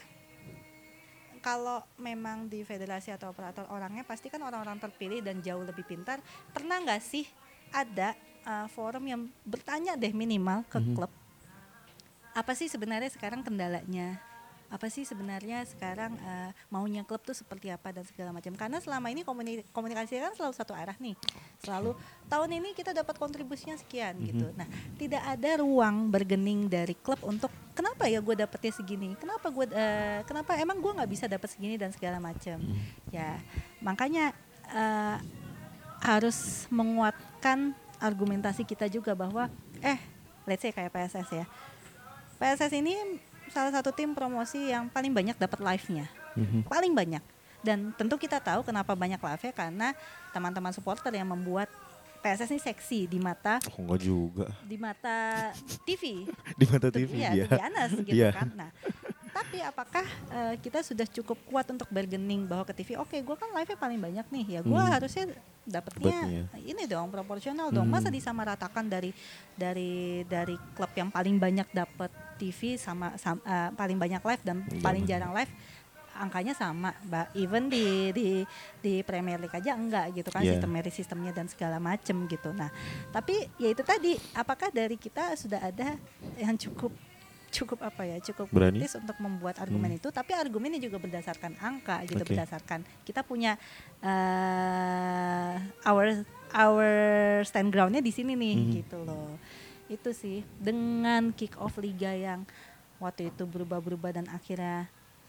kalau memang di federasi atau operator orangnya pasti kan orang-orang terpilih dan jauh lebih pintar. Pernah nggak sih ada uh, forum yang bertanya deh minimal ke Mhm. klub, apa sih sebenarnya sekarang kendalanya, apa sih sebenarnya sekarang uh, maunya klub tuh seperti apa dan segala macam. Karena selama ini komuni- komunikasi kan selalu satu arah nih, selalu tahun ini kita dapat kontribusinya sekian Mhm. gitu. Nah, tidak ada ruang bergening dari klub untuk kenapa ya gue dapetnya segini, kenapa gue uh, kenapa emang gue nggak bisa dapat segini dan segala macam. Mhm. Ya makanya uh, harus menguatkan argumentasi kita juga bahwa eh let's say kayak P S S ya, P S S ini salah satu tim promosi yang paling banyak dapat live-nya, Mhm. paling banyak. Dan tentu kita tahu kenapa banyak live-nya, karena teman-teman supporter yang membuat P S S ini seksi di mata Oh, enggak juga. di mata T V, Di mata Tuh, T V iya, ya. to be honest, gitu Iya. kan. Nah, tapi apakah uh, kita sudah cukup kuat untuk bargaining bahwa ke T V, oke, okay, gue kan live-nya paling banyak nih, ya gue Hmm. harusnya dapatnya Dapatnya. ini dong, proporsional dong. Hmm. Masa disamaratakan dari dari dari klub yang paling banyak dapat T V sama, sama uh, paling banyak live dan Enggak, paling enggak. jarang live, angkanya sama, bah, even di di di Premier League aja enggak gitu kan, Yeah. sistem merit sistemnya dan segala macem gitu. Nah, tapi ya itu tadi, apakah dari kita sudah ada yang cukup cukup apa ya, cukup Berani? kritis untuk membuat argumen Hmm. itu, tapi argumennya juga berdasarkan angka gitu, Oke. berdasarkan kita punya uh, our our stand groundnya di sini nih, Mhm. gitu loh. Itu sih, dengan kick off liga yang waktu itu berubah-berubah dan akhirnya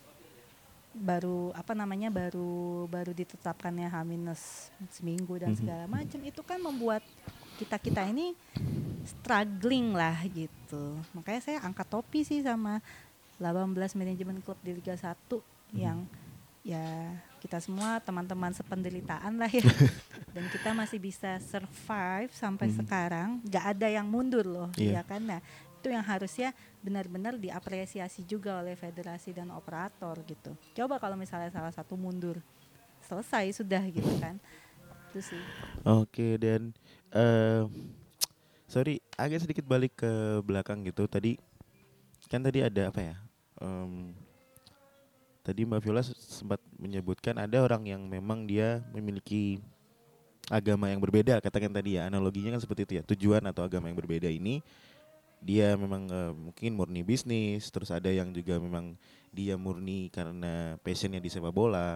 baru apa namanya baru baru ditetapkannya H minus seminggu dan Mhm. segala macam, itu kan membuat kita kita ini struggling lah gitu. Makanya saya angkat topi sih sama delapan belas manajemen klub di Liga satu Mhm. yang ya kita semua teman-teman sependeritaan lah ya. Dan kita masih bisa survive sampai Mhm. sekarang, nggak ada yang mundur loh, Iya. ya kan. Nah, itu yang harusnya benar-benar diapresiasi juga oleh federasi dan operator gitu. Coba kalau misalnya salah satu mundur, selesai sudah gitu kan. Itu sih. Oke, dan eh sorry agak sedikit balik ke belakang gitu. Tadi kan tadi ada apa ya? Em, tadi Mbak Viola s- sempat menyebutkan ada orang yang memang dia memiliki agama yang berbeda, katakan tadi ya. Analoginya kan seperti itu ya. Tujuan atau agama yang berbeda ini dia memang eh, mungkin murni bisnis, terus ada yang juga memang dia murni karena passionnya di sepak bola.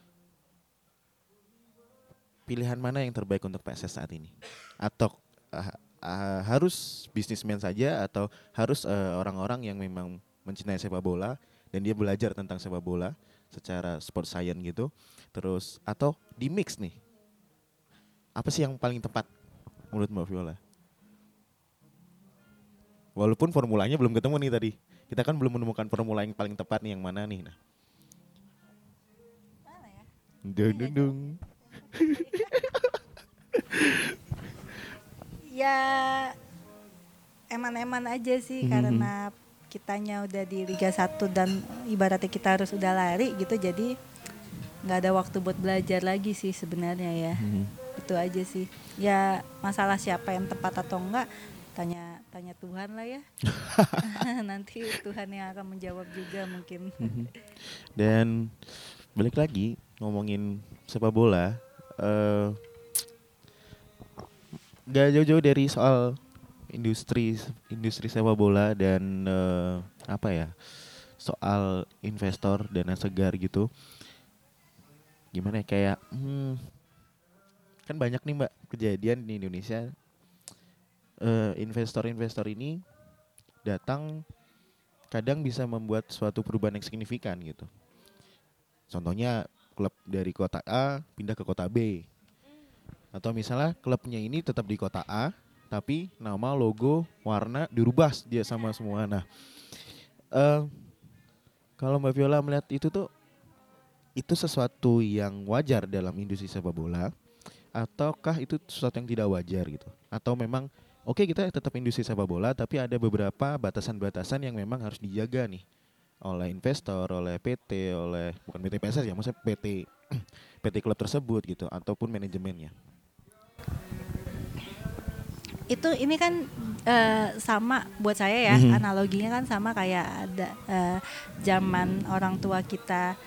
Pilihan mana yang terbaik untuk P S S saat ini? Atau uh, uh, harus bisnismen saja atau harus uh, orang-orang yang memang mencintai sepak bola dan dia belajar tentang sepak bola secara sport science gitu. Terus atau di mix nih. Apa sih yang paling tepat menurut Mbak Viola? Walaupun formulanya belum ketemu nih tadi. Kita kan belum menemukan formula yang paling tepat nih, yang mana nih. Nah. Mana ya? Dung dung dung. Ya eman-eman aja sih, Mhm. karena kitanya udah di Liga satu dan ibaratnya kita harus udah lari gitu, jadi nggak ada waktu buat belajar lagi sih sebenarnya ya. Mhm. Itu aja sih. Ya masalah siapa yang tepat atau enggak, tanya tanya Tuhan lah ya. Nanti Tuhan yang akan menjawab juga mungkin. Mhm. Dan balik lagi ngomongin sepak bola, eh gak jauh-jauh dari soal industri industri sepak bola dan eh, apa ya, soal investor dana segar gitu. Gimana ya, kayak hmm, kan banyak nih Mbak kejadian di Indonesia, eh, investor-investor ini datang kadang bisa membuat suatu perubahan yang signifikan gitu. Contohnya klub dari kota A pindah ke kota B. Atau misalnya klubnya ini tetap di kota A, tapi nama, logo, warna dirubah dia sama semua. Nah, eh, Kalau Mbak Viola melihat itu tuh, itu sesuatu yang wajar dalam industri sepak bola, ataukah itu sesuatu yang tidak wajar gitu? Atau memang oke kita tetap industri sepak bola, tapi ada beberapa batasan-batasan yang memang harus dijaga nih oleh investor, oleh P T, oleh bukan P T P S S ya, maksudnya P T P T klub tersebut gitu, ataupun manajemennya. Itu ini kan uh, sama buat saya ya, Mhm. analoginya kan sama kayak ada uh, zaman orang tua kita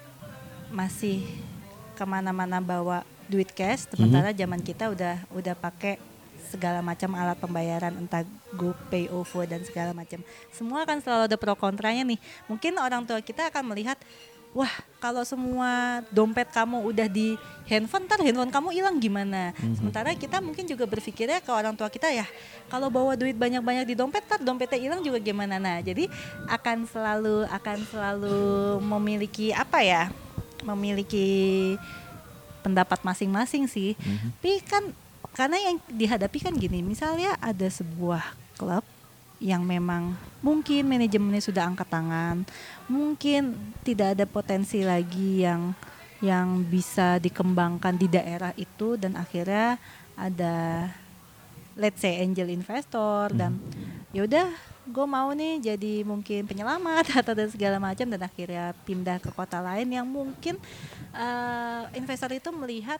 masih kemana-mana bawa duit cash, sementara zaman kita udah udah pakai segala macam alat pembayaran, entah GoPay, OVO dan segala macam. Semua kan selalu ada pro kontranya nih. Mungkin orang tua kita akan melihat, wah kalau semua dompet kamu udah di handphone, ntar handphone kamu hilang gimana? Mhm. Sementara kita mungkin juga berpikirnya ke orang tua kita ya, kalau bawa duit banyak-banyak di dompet, ntar dompetnya hilang juga gimana? Nah, jadi akan selalu akan selalu memiliki apa ya? Memiliki pendapat masing-masing sih. Mhm. Tapi kan karena yang dihadapi kan gini, misalnya ada sebuah klub yang memang mungkin manajemennya sudah angkat tangan, mungkin tidak ada potensi lagi yang yang bisa dikembangkan di daerah itu, dan akhirnya ada let's say angel investor dan yaudah gue mau nih jadi mungkin penyelamat atau dan segala macam, dan akhirnya pindah ke kota lain yang mungkin uh, investor itu melihat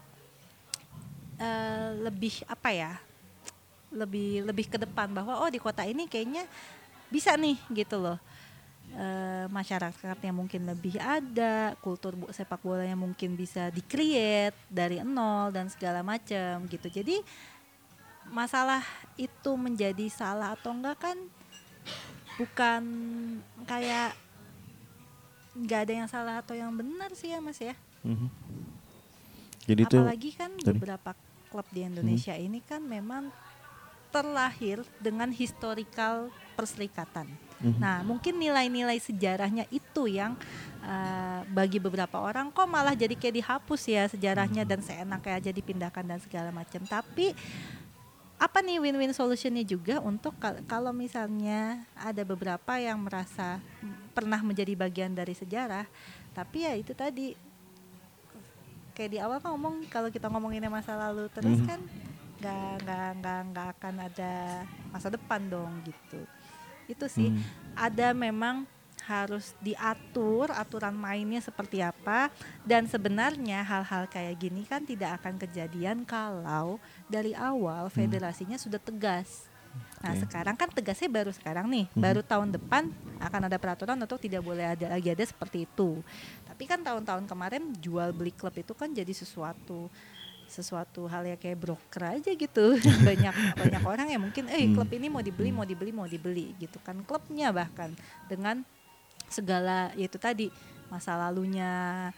uh, lebih apa ya, lebih lebih ke depan bahwa oh di kota ini kayaknya bisa nih gitu loh. E, masyarakatnya mungkin lebih ada, kultur sepak bolanya mungkin bisa di-create dari nol dan segala macam gitu. Jadi masalah itu menjadi salah atau enggak kan bukan kayak nggak ada yang salah atau yang benar sih ya Mas ya. Mhm. Jadi apalagi itu, kan sorry. beberapa klub di Indonesia hmm. ini kan memang terlahir dengan historikal perserikatan. Mm-hmm. Nah, mungkin nilai-nilai sejarahnya itu yang uh, bagi beberapa orang kok malah jadi kayak dihapus ya sejarahnya, mm-hmm. dan seenaknya aja dipindahkan dan segala macam. Tapi apa nih win-win solutionnya juga untuk kal- kalau misalnya ada beberapa yang merasa pernah menjadi bagian dari sejarah, tapi ya itu tadi kayak di awal kan ngomong kalau kita ngomonginnya masa lalu terus, mm-hmm. kan nggak nggak nggak nggak akan ada masa depan dong gitu. Itu sih hmm. ada memang harus diatur aturan mainnya seperti apa, dan sebenarnya hal-hal kayak gini kan tidak akan kejadian kalau dari awal federasinya hmm. sudah tegas. Nah okay. sekarang kan tegasnya baru sekarang nih, hmm. baru tahun depan akan ada peraturan untuk tidak boleh ada lagi ada seperti itu. Tapi kan tahun-tahun kemarin jual beli klub itu kan jadi sesuatu sesuatu hal yang kayak broker aja gitu. banyak banyak orang yang mungkin eh klub ini mau dibeli mau dibeli mau dibeli gitu kan, klubnya bahkan dengan segala yaitu tadi masa lalunya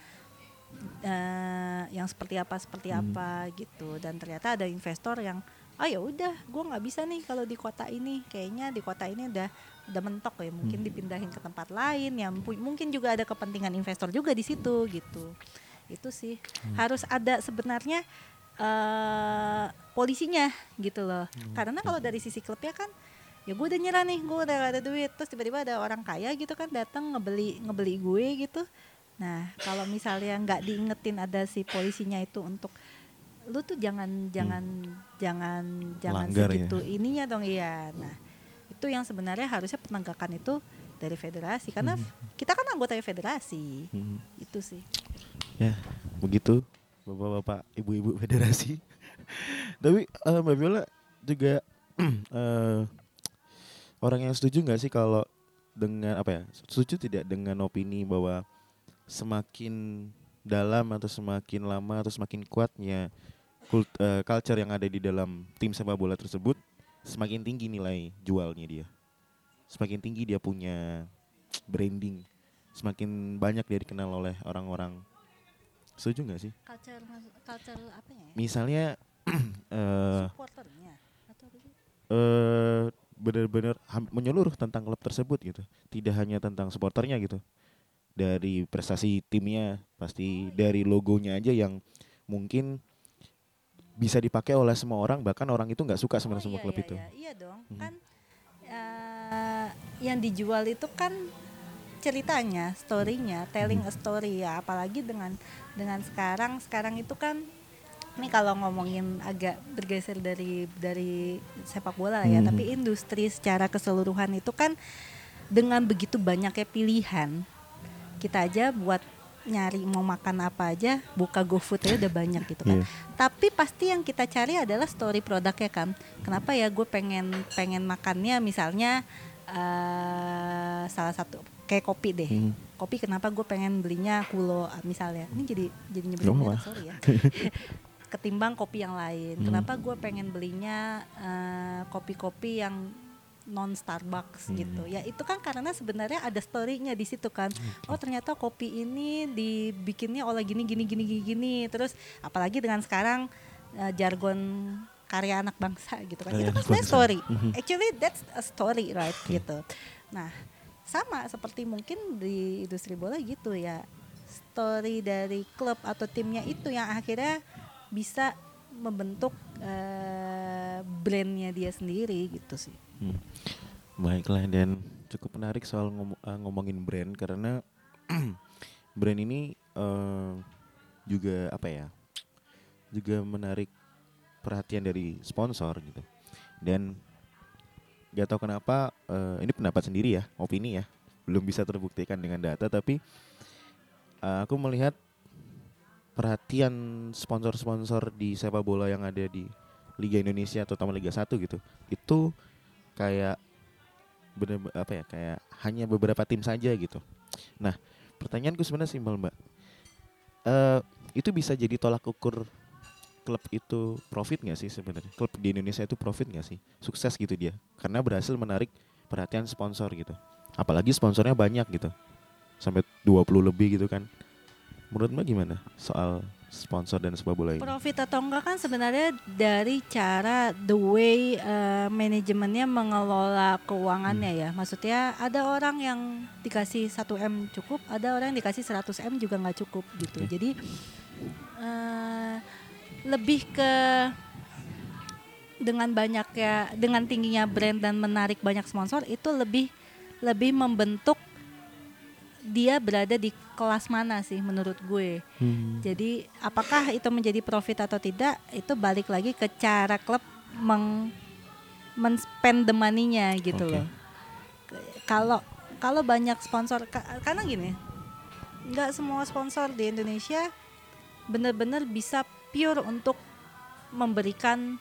uh, yang seperti apa seperti hmm. apa gitu, dan ternyata ada investor yang oh ya udah gue nggak bisa nih kalau di kota ini, kayaknya di kota ini udah udah mentok ya, mungkin hmm. dipindahin ke tempat lain yang pu- mungkin juga ada kepentingan investor juga di situ gitu. Itu sih hmm. harus ada sebenarnya uh, polisinya gitu loh, hmm. karena kalau dari sisi klubnya kan ya gue udah nyerah nih, gue udah gak ada duit, terus tiba-tiba ada orang kaya gitu kan datang ngebeli ngebeli gue gitu. Nah kalau misalnya nggak diingetin ada si polisinya itu untuk lu tuh jangan jangan hmm. jangan jangan Langgar segitu ya. ininya dong ya. Nah itu yang sebenarnya harusnya penegakan itu dari federasi, karena hmm. kita kan anggota federasi. hmm. Itu sih ya begitu bapak-bapak ibu-ibu federasi. Tapi uh, Mbak Viola juga uh, orang yang setuju nggak sih kalau dengan apa ya, setuju tidak dengan opini bahwa semakin dalam atau semakin lama atau semakin kuatnya kult, uh, culture yang ada di dalam tim sepak bola tersebut, semakin tinggi nilai jualnya dia, semakin tinggi dia punya branding, semakin banyak dia dikenal oleh orang-orang. Setuju nggak sih? Culture, culture apa ya? Misalnya uh, supporternya atau apa sih? Uh, benar-benar menyeluruh tentang klub tersebut gitu, tidak hanya tentang supporternya gitu, dari prestasi timnya, pasti dari logonya aja yang mungkin bisa dipakai oleh semua orang, bahkan orang itu nggak suka sama oh, semua iya, klub iya, itu. Iya, iya dong, hmm. kan uh, yang dijual itu kan ceritanya, story-nya, telling a story ya, apalagi dengan dengan sekarang sekarang itu kan ini kalau ngomongin agak bergeser dari dari sepak bola ya, Hmm. tapi industri secara keseluruhan itu kan dengan begitu banyaknya pilihan, kita aja buat nyari mau makan apa aja buka GoFood aja udah banyak gitu kan. Iya. Tapi pasti yang kita cari adalah story produknya kan. Kenapa ya gue pengen pengen makannya misalnya uh, salah satu kayak kopi deh. Hmm. Kopi kenapa gue pengen belinya Kulo misalnya. Ini jadi jadi Nggak nyebutin apa-apa. merek, sorry ya. Ketimbang kopi yang lain. Hmm. Kenapa gue pengen belinya uh, kopi-kopi yang non Starbucks Hmm. gitu ya, itu kan karena sebenarnya ada story-nya di situ kan. Okay. Oh ternyata kopi ini dibikinnya oleh gini gini gini gini gini. Terus apalagi dengan sekarang uh, jargon karya anak bangsa gitu kan, Karya itu kan anak sebenarnya bangsa. story. Mhm. Actually that's a story right Okay. gitu. Nah sama seperti mungkin di industri bola gitu ya, story dari klub atau timnya itu yang akhirnya bisa membentuk uh, brandnya dia sendiri gitu sih. Hmm. Baiklah, dan cukup menarik soal ngom- uh, ngomongin brand karena brand ini uh, juga apa ya, juga menarik perhatian dari sponsor gitu. Dan gak tahu kenapa uh, ini pendapat sendiri ya, opini ya, belum bisa terbuktikan dengan data, tapi uh, aku melihat perhatian sponsor-sponsor di sepak bola yang ada di Liga Indonesia terutama Liga satu gitu, itu kayak bener apa ya, kayak hanya beberapa tim saja gitu. Nah, pertanyaanku sebenarnya simpel, Mbak. Uh, itu bisa jadi tolak ukur klub itu profit nggak sih sebenarnya? Klub di Indonesia itu profit nggak sih? Sukses gitu dia karena berhasil menarik perhatian sponsor gitu. Apalagi sponsornya banyak gitu, sampai dua puluh lebih gitu kan. Menurut Mbak gimana soal sponsor dan sepak bola ini? Profit atau enggak kan sebenarnya dari cara the way uh, manajemennya mengelola keuangannya Hmm. ya. Maksudnya ada orang yang dikasih satu M cukup, ada orang yang dikasih seratus M juga nggak cukup gitu. Okay. Jadi uh, lebih ke dengan banyaknya, dengan tingginya brand dan menarik banyak sponsor itu lebih lebih membentuk dia berada di kelas mana sih menurut gue. Hmm. Jadi apakah itu menjadi profit atau tidak, itu balik lagi ke cara klub meng men-spend the money-nya gitu Okay. loh. Kalau kalau banyak sponsor, karena gini, nggak semua sponsor di Indonesia benar-benar bisa pure untuk memberikan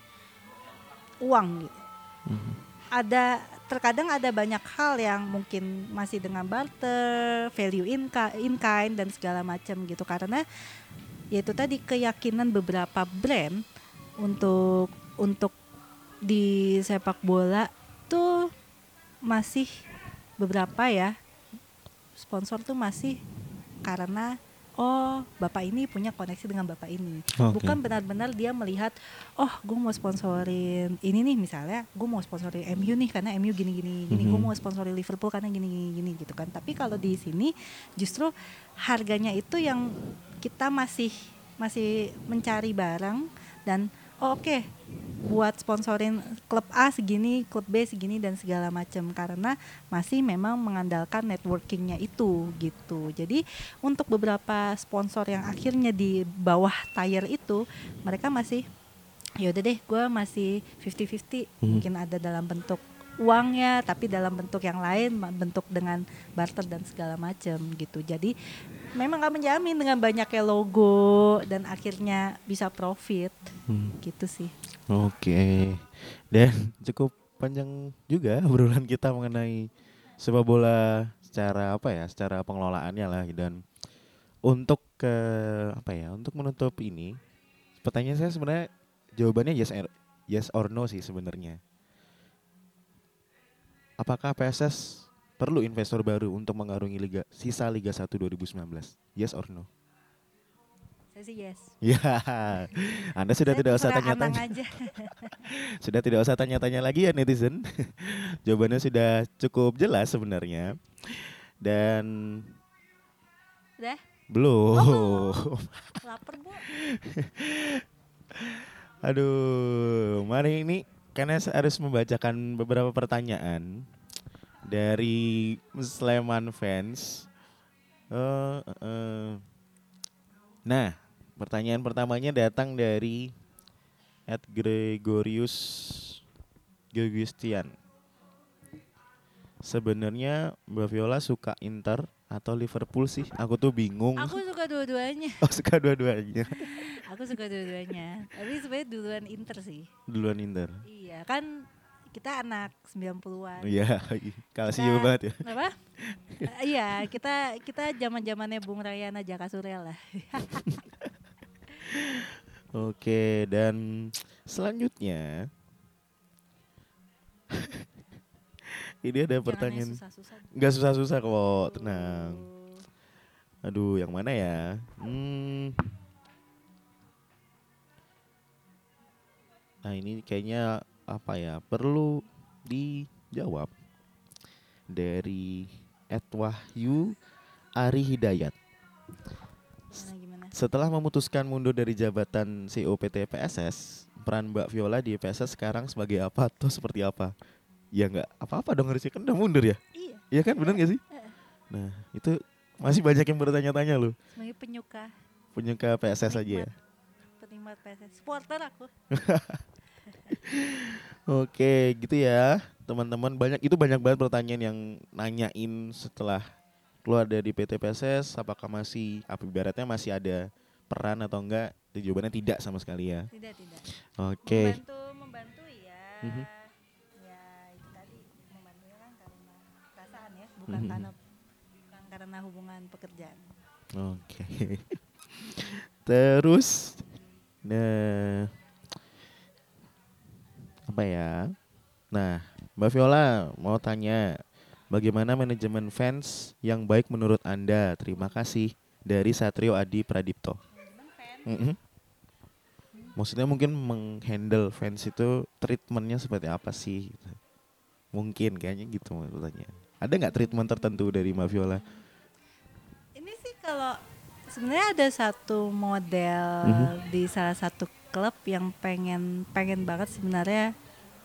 uang gitu. Hmm. Ada terkadang ada banyak hal yang mungkin masih dengan barter, value in, in kind dan segala macam gitu, karena yaitu tadi keyakinan beberapa brand untuk untuk di sepak bola tuh masih beberapa ya sponsor tuh masih karena oh bapak ini punya koneksi dengan bapak ini. Okay. Bukan benar-benar dia melihat oh gue mau sponsorin ini nih, misalnya gue mau sponsorin M U nih karena M U gini-gini gini, Mm-hmm. gue mau sponsorin Liverpool karena gini-gini gini gitu kan. Tapi kalau di sini justru harganya itu yang kita masih masih mencari barang dan oh, oke okay, buat sponsorin klub A segini, klub B segini dan segala macam, karena masih memang mengandalkan networkingnya itu gitu. Jadi untuk beberapa sponsor yang akhirnya di bawah tier itu, mereka masih yaudah deh gue masih fifty fifty, Hmm. mungkin ada dalam bentuk uangnya tapi dalam bentuk yang lain, bentuk dengan barter dan segala macam gitu. Jadi memang gak menjamin dengan banyaknya logo dan akhirnya bisa profit. Hmm. Gitu sih. Oke, okay. Dan cukup panjang juga obrolan kita mengenai sepak bola secara apa ya, secara pengelolaannya lah. Dan untuk ke apa ya, untuk menutup ini, pertanyaan saya sebenarnya jawabannya yes or, yes or no sih sebenarnya. Apakah P S S perlu investor baru untuk mengarungi liga sisa Liga satu dua ribu sembilan belas? Yes or no? Saya sih yes. Ya, Anda sudah Saya tidak usah terserah tanya-tanya. Anang aja. Sudah tidak usah tanya-tanya lagi ya netizen. Jawabannya sudah cukup jelas sebenarnya. Dan Udah? belum. Oh, lapar Bu. Aduh, mari ini karena harus membacakan beberapa pertanyaan. dari Sleman fans. Eh, eh, eh. Nah, pertanyaan pertamanya datang dari Ed Gregorius Gegustian. Sebenarnya Mbak Viola suka Inter atau Liverpool sih? Aku tuh bingung. Aku suka dua-duanya. Oh, suka dua-duanya. Aku suka dua-duanya. Tapi sebenarnya duluan Inter sih. Duluan Inter. Iya, kan kita anak sembilan puluhan. Iya, kalsium Kita- banget ya. Apa? Uh, iya, kita kita zaman-zamannya Bung Rayana Jaka Surya lah. Oke, dan selanjutnya ini ada Jangan pertanyaan. yang susah-susah. Nggak susah-susah kok, tenang. Oh. Aduh, yang mana ya? Hmm. Nah, ini kayaknya apa ya? Perlu dijawab dari Ed Wahyu Ari Hidayat. Gimana gimana? Setelah memutuskan mundur dari jabatan C E O P T P S S, peran Mbak Viola di P S S sekarang sebagai apa atau seperti apa? Ya nggak apa-apa dong, harusnya kan udah mundur ya. Iya. Iya kan, benar nggak sih? Eh, Nah, itu masih banyak yang bertanya-tanya loh. sebagai penyuka, Penyuka P S S aja ya. penikmat P S S, supporter aku. Oke, gitu ya, teman-teman. Banyak itu banyak banget pertanyaan yang nanyain setelah keluar dari P T P S S, apakah masih apa ibaratnya masih ada peran atau enggak? Itu jawabannya tidak sama sekali ya. Tidak tidak. Oke. Membantu membantu ya. Mhm. Ya itu tadi membantunya kan karena perasaan ya, bukan Mhm. karena bukan karena hubungan pekerjaan. Oke. Terus nah apa ya? Nah, Mbak Viola mau tanya, bagaimana manajemen fans yang baik menurut Anda? Terima kasih, dari Satrio Adi Pradipto. Mm-mm. Maksudnya mungkin menghandle fans itu treatmentnya seperti apa sih? Mungkin kayaknya gitu maksudnya. Ada nggak treatment tertentu dari Mbak Viola? Ini sih kalau sebenarnya ada satu model Mhm. di salah satu klub yang pengen pengen banget sebenarnya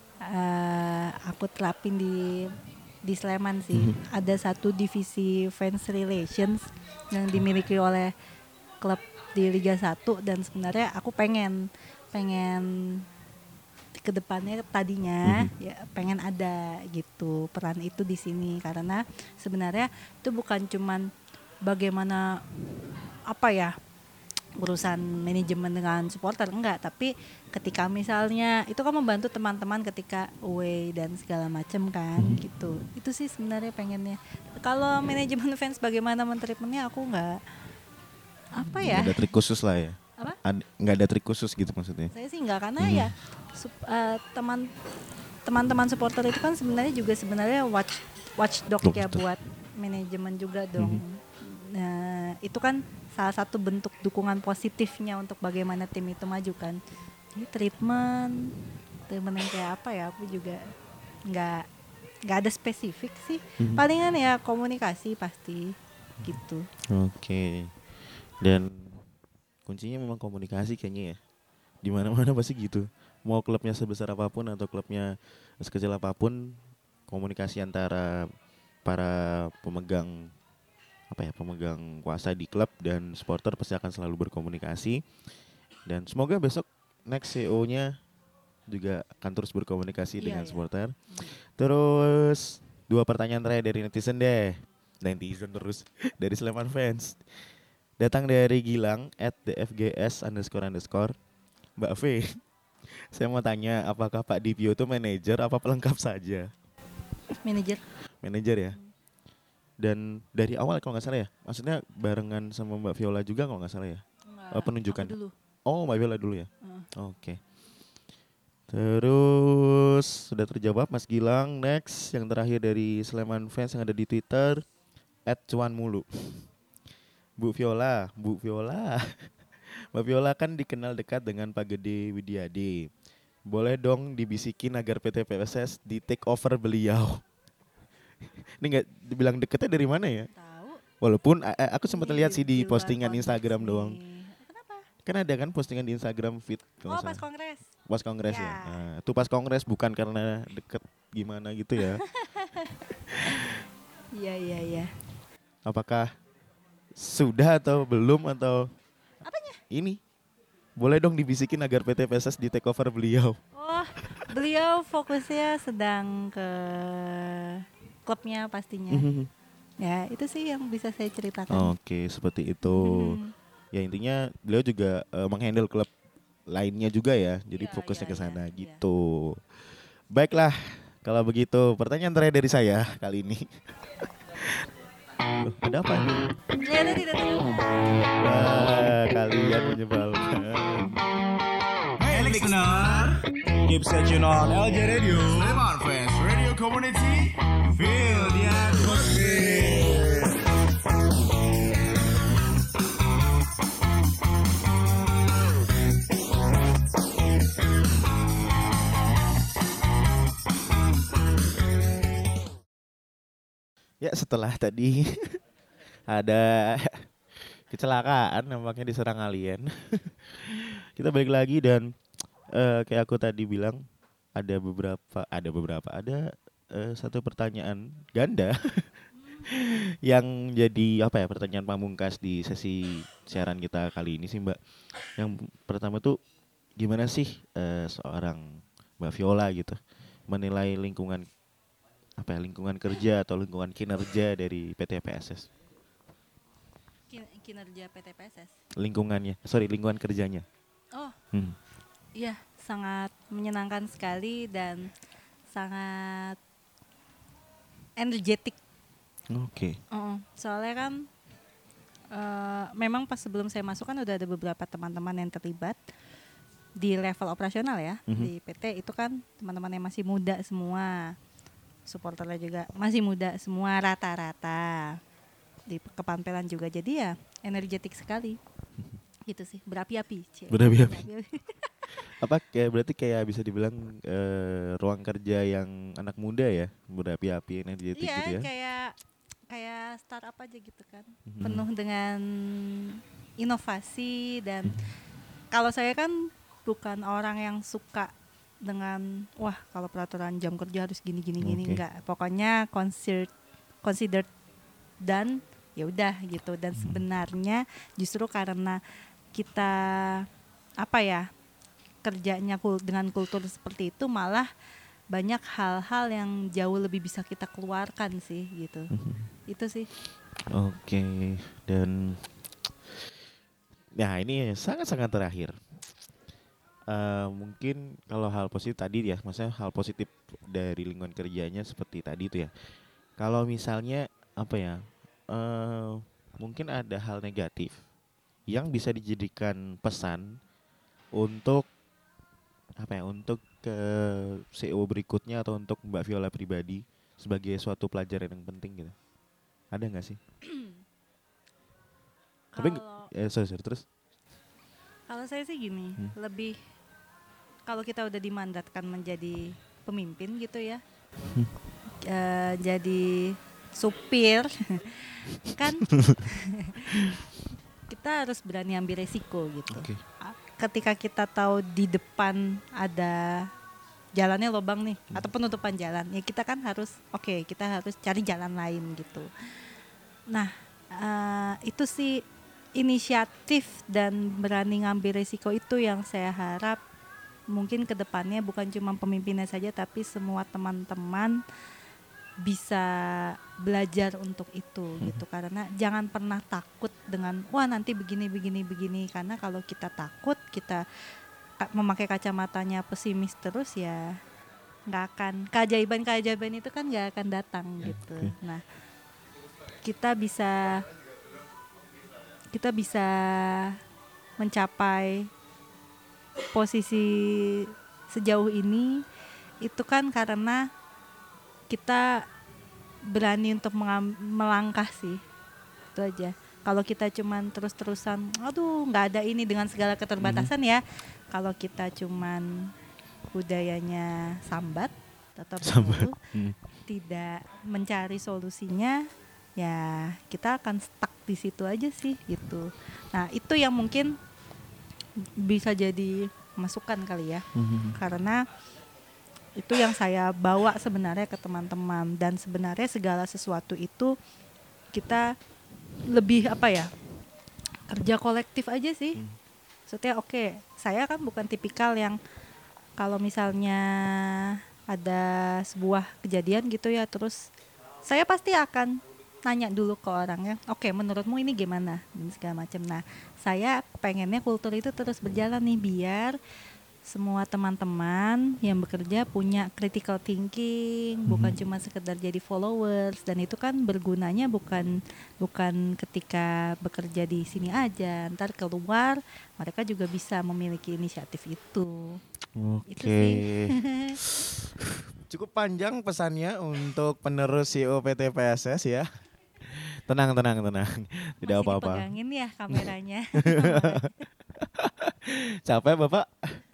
eh, aku terapin di di Sleman sih. Mhm. Ada satu divisi fans relations yang dimiliki oleh klub di Liga satu dan sebenarnya aku pengen pengen kedepannya tadinya Mhm. ya pengen ada gitu peran itu di sini karena sebenarnya itu bukan cuman bagaimana apa ya urusan manajemen dengan supporter enggak, tapi ketika misalnya itu kan membantu teman-teman ketika away dan segala macam kan Mhm. gitu. Itu sih sebenarnya pengennya. Kalau manajemen fans bagaimana mentreatmentnya aku enggak apa ya? Nggak ada trik khusus lah ya. Apa? Ad- nggak ada trik khusus gitu maksudnya. Saya sih enggak karena Mhm. ya sup- eh, teman teman-teman supporter itu kan sebenarnya juga sebenarnya watch watchdog ya Watchdog. buat manajemen juga dong. Mhm. Nah, itu kan salah satu bentuk dukungan positifnya untuk bagaimana tim itu maju kan. Ini treatment, treatment yang kayak apa ya? Aku juga nggak nggak ada spesifik sih. Mhm. Palingan ya komunikasi pasti gitu. Oke. Dan kuncinya memang komunikasi kayaknya ya. Di mana-mana pasti gitu. Mau klubnya sebesar apapun atau klubnya sekecil apapun, komunikasi antara para pemegang apa ya, pemegang kuasa di klub dan supporter pasti akan selalu berkomunikasi. Dan semoga besok next C E O-nya juga akan terus berkomunikasi Iya, dengan iya. supporter. Terus dua pertanyaan terakhir dari netizen deh. Netizen terus dari Sleman fans. Datang dari Gilang at dfgs underscore underscore. Mbak V, saya mau tanya, apakah Pak Dipio itu manajer apa pelengkap saja? Manajer. Manajer ya. Dan dari awal kalau nggak salah ya, maksudnya barengan sama Mbak Viola juga kalau nggak salah ya. Oh, penunjukan. Aku dulu. Oh, Mbak Viola dulu ya. Heeh. Oke. Terus sudah terjawab Mas Gilang. Next, yang terakhir dari Sleman fans yang ada di Twitter at cuan mulu. Bu Viola, Bu Viola. Mbak Viola kan dikenal dekat dengan Pak Gede Widiade. Boleh dong dibisikin agar P T P S S di take over beliau. Ini nggak dibilang deketnya dari mana ya? Tahu. Walaupun a- a- aku sempat Ini lihat sih di luar postingan konteks Instagram nih. doang. Kenapa? Kan ada kan postingan di Instagram feed kalau Oh, nggak pas salah. kongres. Pas kongres ya. Ya. Nah, itu pas kongres bukan karena deket gimana gitu ya. Iya iya iya. Apakah sudah atau belum atau Apanya? ini? Boleh dong dibisikin agar P T P S S di take over beliau. Oh, beliau fokusnya sedang ke klubnya pastinya. Ya, itu sih yang bisa saya ceritakan. Oke, seperti itu. Ya intinya beliau juga uh, menghandle klub lainnya juga ya. Jadi Iya, fokusnya iya, ke sana iya, gitu. Baiklah, kalau begitu pertanyaan terakhir dari saya kali ini. Loh, ada apa ini? Ternyata tidak tahu. Wah, kalian menyebalkan. Hey listener, keep searching on L J Radio, Sleman Fest Radio Community, feel the atmosphere. Ya setelah tadi ada kecelakaan nampaknya diserang alien. Kita balik lagi dan uh, kayak aku tadi bilang ada beberapa ada beberapa ada uh, satu pertanyaan ganda yang jadi apa ya pertanyaan pamungkas di sesi siaran kita kali ini sih Mbak. Yang pertama tuh gimana sih uh, seorang Mbak Viola gitu menilai lingkungan apa ya, lingkungan kerja atau lingkungan kinerja dari P T P S S? Kinerja P T P S S. Lingkungannya, sorry lingkungan kerjanya. Oh, hmm. Iya, sangat menyenangkan sekali dan sangat energetik. Oke. Okay. Uh, soalnya kan uh, memang pas sebelum saya masuk kan udah ada beberapa teman-teman yang terlibat di level operasional ya. Mm-hmm. Di P T itu kan teman-teman yang masih muda semua. Supporternya juga masih muda semua rata-rata. Di kepanpelan juga, jadi ya energetik sekali. Gitu sih, berapi-api. Cie. Berapi-api. Apa kayak berarti kayak bisa dibilang uh, ruang kerja yang anak muda ya, berapi-api energetik iya, gitu ya. Iya, kayak kayak startup aja gitu kan. Mm-hmm. Penuh dengan inovasi dan mm-hmm. kalau saya kan bukan orang yang suka dengan wah kalau peraturan jam kerja harus gini gini gini, okay. Enggak, pokoknya consider considered dan ya udah gitu. Dan sebenarnya justru karena kita apa ya kerjanya kul- dengan kultur seperti itu malah banyak hal-hal yang jauh lebih bisa kita keluarkan sih gitu. Mm-hmm. Itu sih. Oke, okay. Dan nah ini sangat-sangat terakhir. Uh, mungkin kalau hal positif tadi ya, maksudnya hal positif dari lingkungan kerjanya seperti tadi itu ya. Kalau misalnya apa ya, uh, mungkin ada hal negatif yang bisa dijadikan pesan untuk apa ya, untuk ke C E O berikutnya atau untuk Mbak Viola pribadi sebagai suatu pelajaran yang penting gitu. Ada nggak sih? Tapi eh, sorry, sorry, terus? Kalau saya sih gini, hmm. lebih kalau kita udah dimandatkan menjadi pemimpin gitu ya, hmm. uh, jadi supir, kan kita harus berani ambil resiko gitu. Okay. Ketika kita tahu di depan ada jalannya lubang nih, hmm. atau penutupan jalan, ya kita kan harus, oke okay, kita harus cari jalan lain gitu. Nah, uh, itu sih inisiatif dan berani ngambil resiko itu yang saya harap mungkin kedepannya bukan cuma pemimpinnya saja tapi semua teman-teman bisa belajar untuk itu hmm. gitu. Karena jangan pernah takut dengan wah nanti begini begini begini, karena kalau kita takut, kita memakai kacamatanya pesimis terus ya nggak akan, keajaiban-keajaiban itu kan nggak akan datang gitu. Okay. Nah, kita bisa kita bisa mencapai posisi sejauh ini itu kan karena kita berani untuk mengam- melangkah sih, itu aja. Kalau kita cuman terus-terusan, aduh nggak ada ini dengan segala keterbatasan mm-hmm. ya. Kalau kita cuman budayanya sambat atau begitu, mm. tidak mencari solusinya, ya kita akan stuck di situ aja sih gitu. Nah itu yang mungkin bisa jadi masukan kali ya, mm-hmm. karena Itu yang saya bawa sebenarnya ke teman-teman, dan sebenarnya segala sesuatu itu kita lebih apa ya, kerja kolektif aja sih. Hmm. Maksudnya oke, okay, saya kan bukan tipikal yang kalau misalnya ada sebuah kejadian gitu ya, terus saya pasti akan nanya dulu ke orangnya, oke okay, menurutmu ini gimana dan segala macam. Nah saya pengennya kultur itu terus berjalan nih, biar semua teman-teman yang bekerja punya critical thinking, hmm. bukan cuma sekedar jadi followers. Dan itu kan bergunanya bukan bukan ketika bekerja di sini aja, ntar keluar mereka juga bisa memiliki inisiatif itu. Oke. Okay. Cukup panjang pesannya untuk penerus C E O P T P S S ya. Tenang, tenang, tenang. Tidak Masih apa-apa. Dipegangin ya kameranya. Capek Bapak?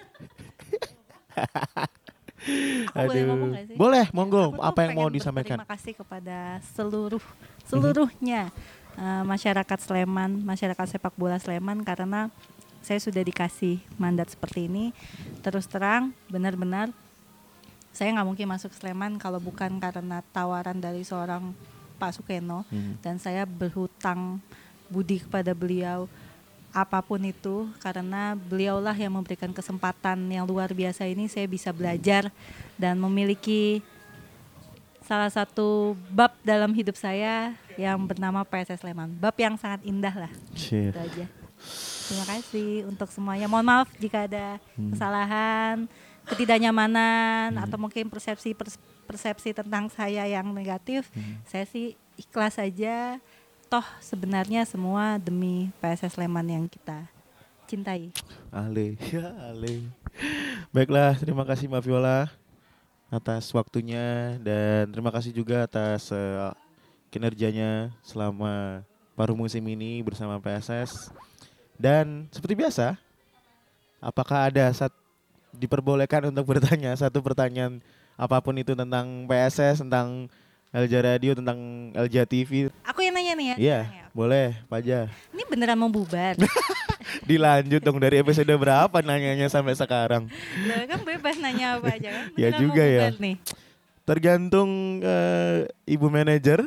Aku boleh ngomong gak sih? Boleh, monggo. Aku apa yang mau disampaikan? Terima kasih kepada seluruh seluruhnya uh, masyarakat Sleman, masyarakat sepak bola Sleman, karena saya sudah dikasih mandat seperti ini. Terus terang, benar-benar saya nggak mungkin masuk Sleman kalau bukan karena tawaran dari seorang Pak Sukeno, hmm. dan saya berhutang budi kepada beliau. Apapun itu, karena beliaulah yang memberikan kesempatan yang luar biasa ini, saya bisa belajar dan memiliki salah satu bab dalam hidup saya yang bernama P S S Sleman. Bab yang sangat indah lah. Itu aja. Terima kasih untuk semuanya. Mohon maaf jika ada hmm. kesalahan, ketidaknyamanan, hmm. atau mungkin persepsi persepsi tentang saya yang negatif. Hmm. Saya sih ikhlas saja. Toh sebenarnya semua demi P S S Sleman yang kita cintai. Ale, ya ale. Baiklah, terima kasih Mbak Viola atas waktunya, dan terima kasih juga atas uh, kinerjanya selama paruh musim ini bersama P S S. Dan seperti biasa, apakah ada saat diperbolehkan untuk bertanya satu pertanyaan apapun itu tentang P S S, tentang L J Radio, tentang L J T V? Aku yang nanya nih ya? Iya, boleh Pak Ja. Ini beneran mau bubar? Dilanjut dong dari episode berapa nanyanya sampai sekarang. Loh kan bebas nanya apa aja kan? Ya juga ya. Nih. Tergantung uh, ibu manajer.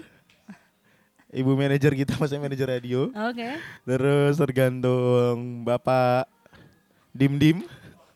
Ibu manajer kita, maksudnya manajer radio. Oke. Okay. Terus tergantung Bapak Dim-Dim.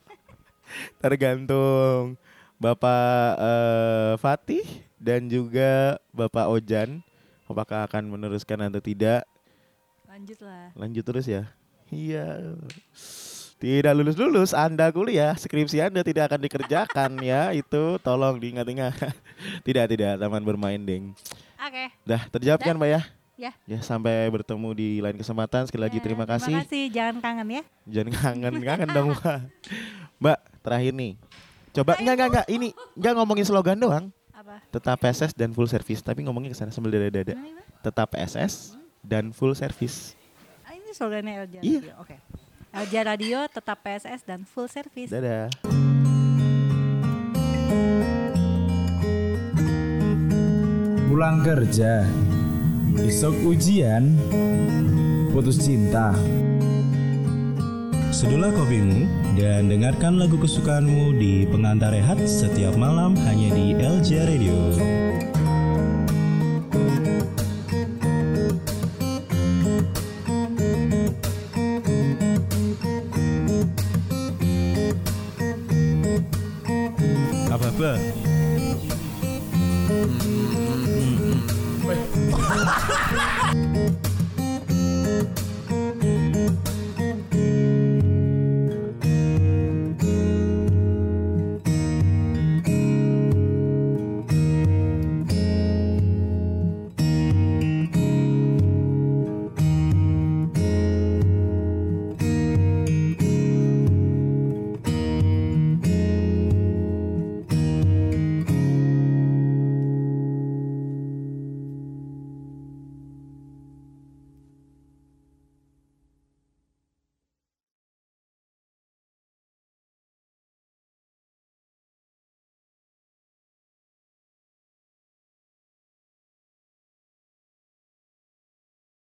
Tergantung Bapak uh, Fatih dan juga Bapak Ojan, apakah akan meneruskan atau tidak. Lanjut lah. Lanjut terus ya. Iya. Tidak lulus-lulus Anda kuliah, skripsi Anda tidak akan dikerjakan ya. Itu tolong diingat-ingat. Tidak, tidak, taman bermain, Deng. Oke. Okay. Dah, terjawab kan Mbak ya? Ya. Ya, sampai bertemu di lain kesempatan. Sekali lagi ya, terima kasih. Terima kasih, jangan kangen ya. Jangan kangen, kangen dong Mbak. Mbak, terakhir nih. Coba enggak enggak enggak ini enggak ngomongin slogan doang. Apa? Tetap P S S dan full service, tapi ngomongin ke sana sambil dada-dada. Tetap P S S dan full service. Ah, ini slogannya L J iya. Radio. Oke. Okay. L J Radio tetap P S S dan full service. Dadah. Pulang kerja, besok ujian, putus cinta. Seduhlah kopimu dan dengarkan lagu kesukaanmu di pengantar rehat setiap malam hanya di L J Radio.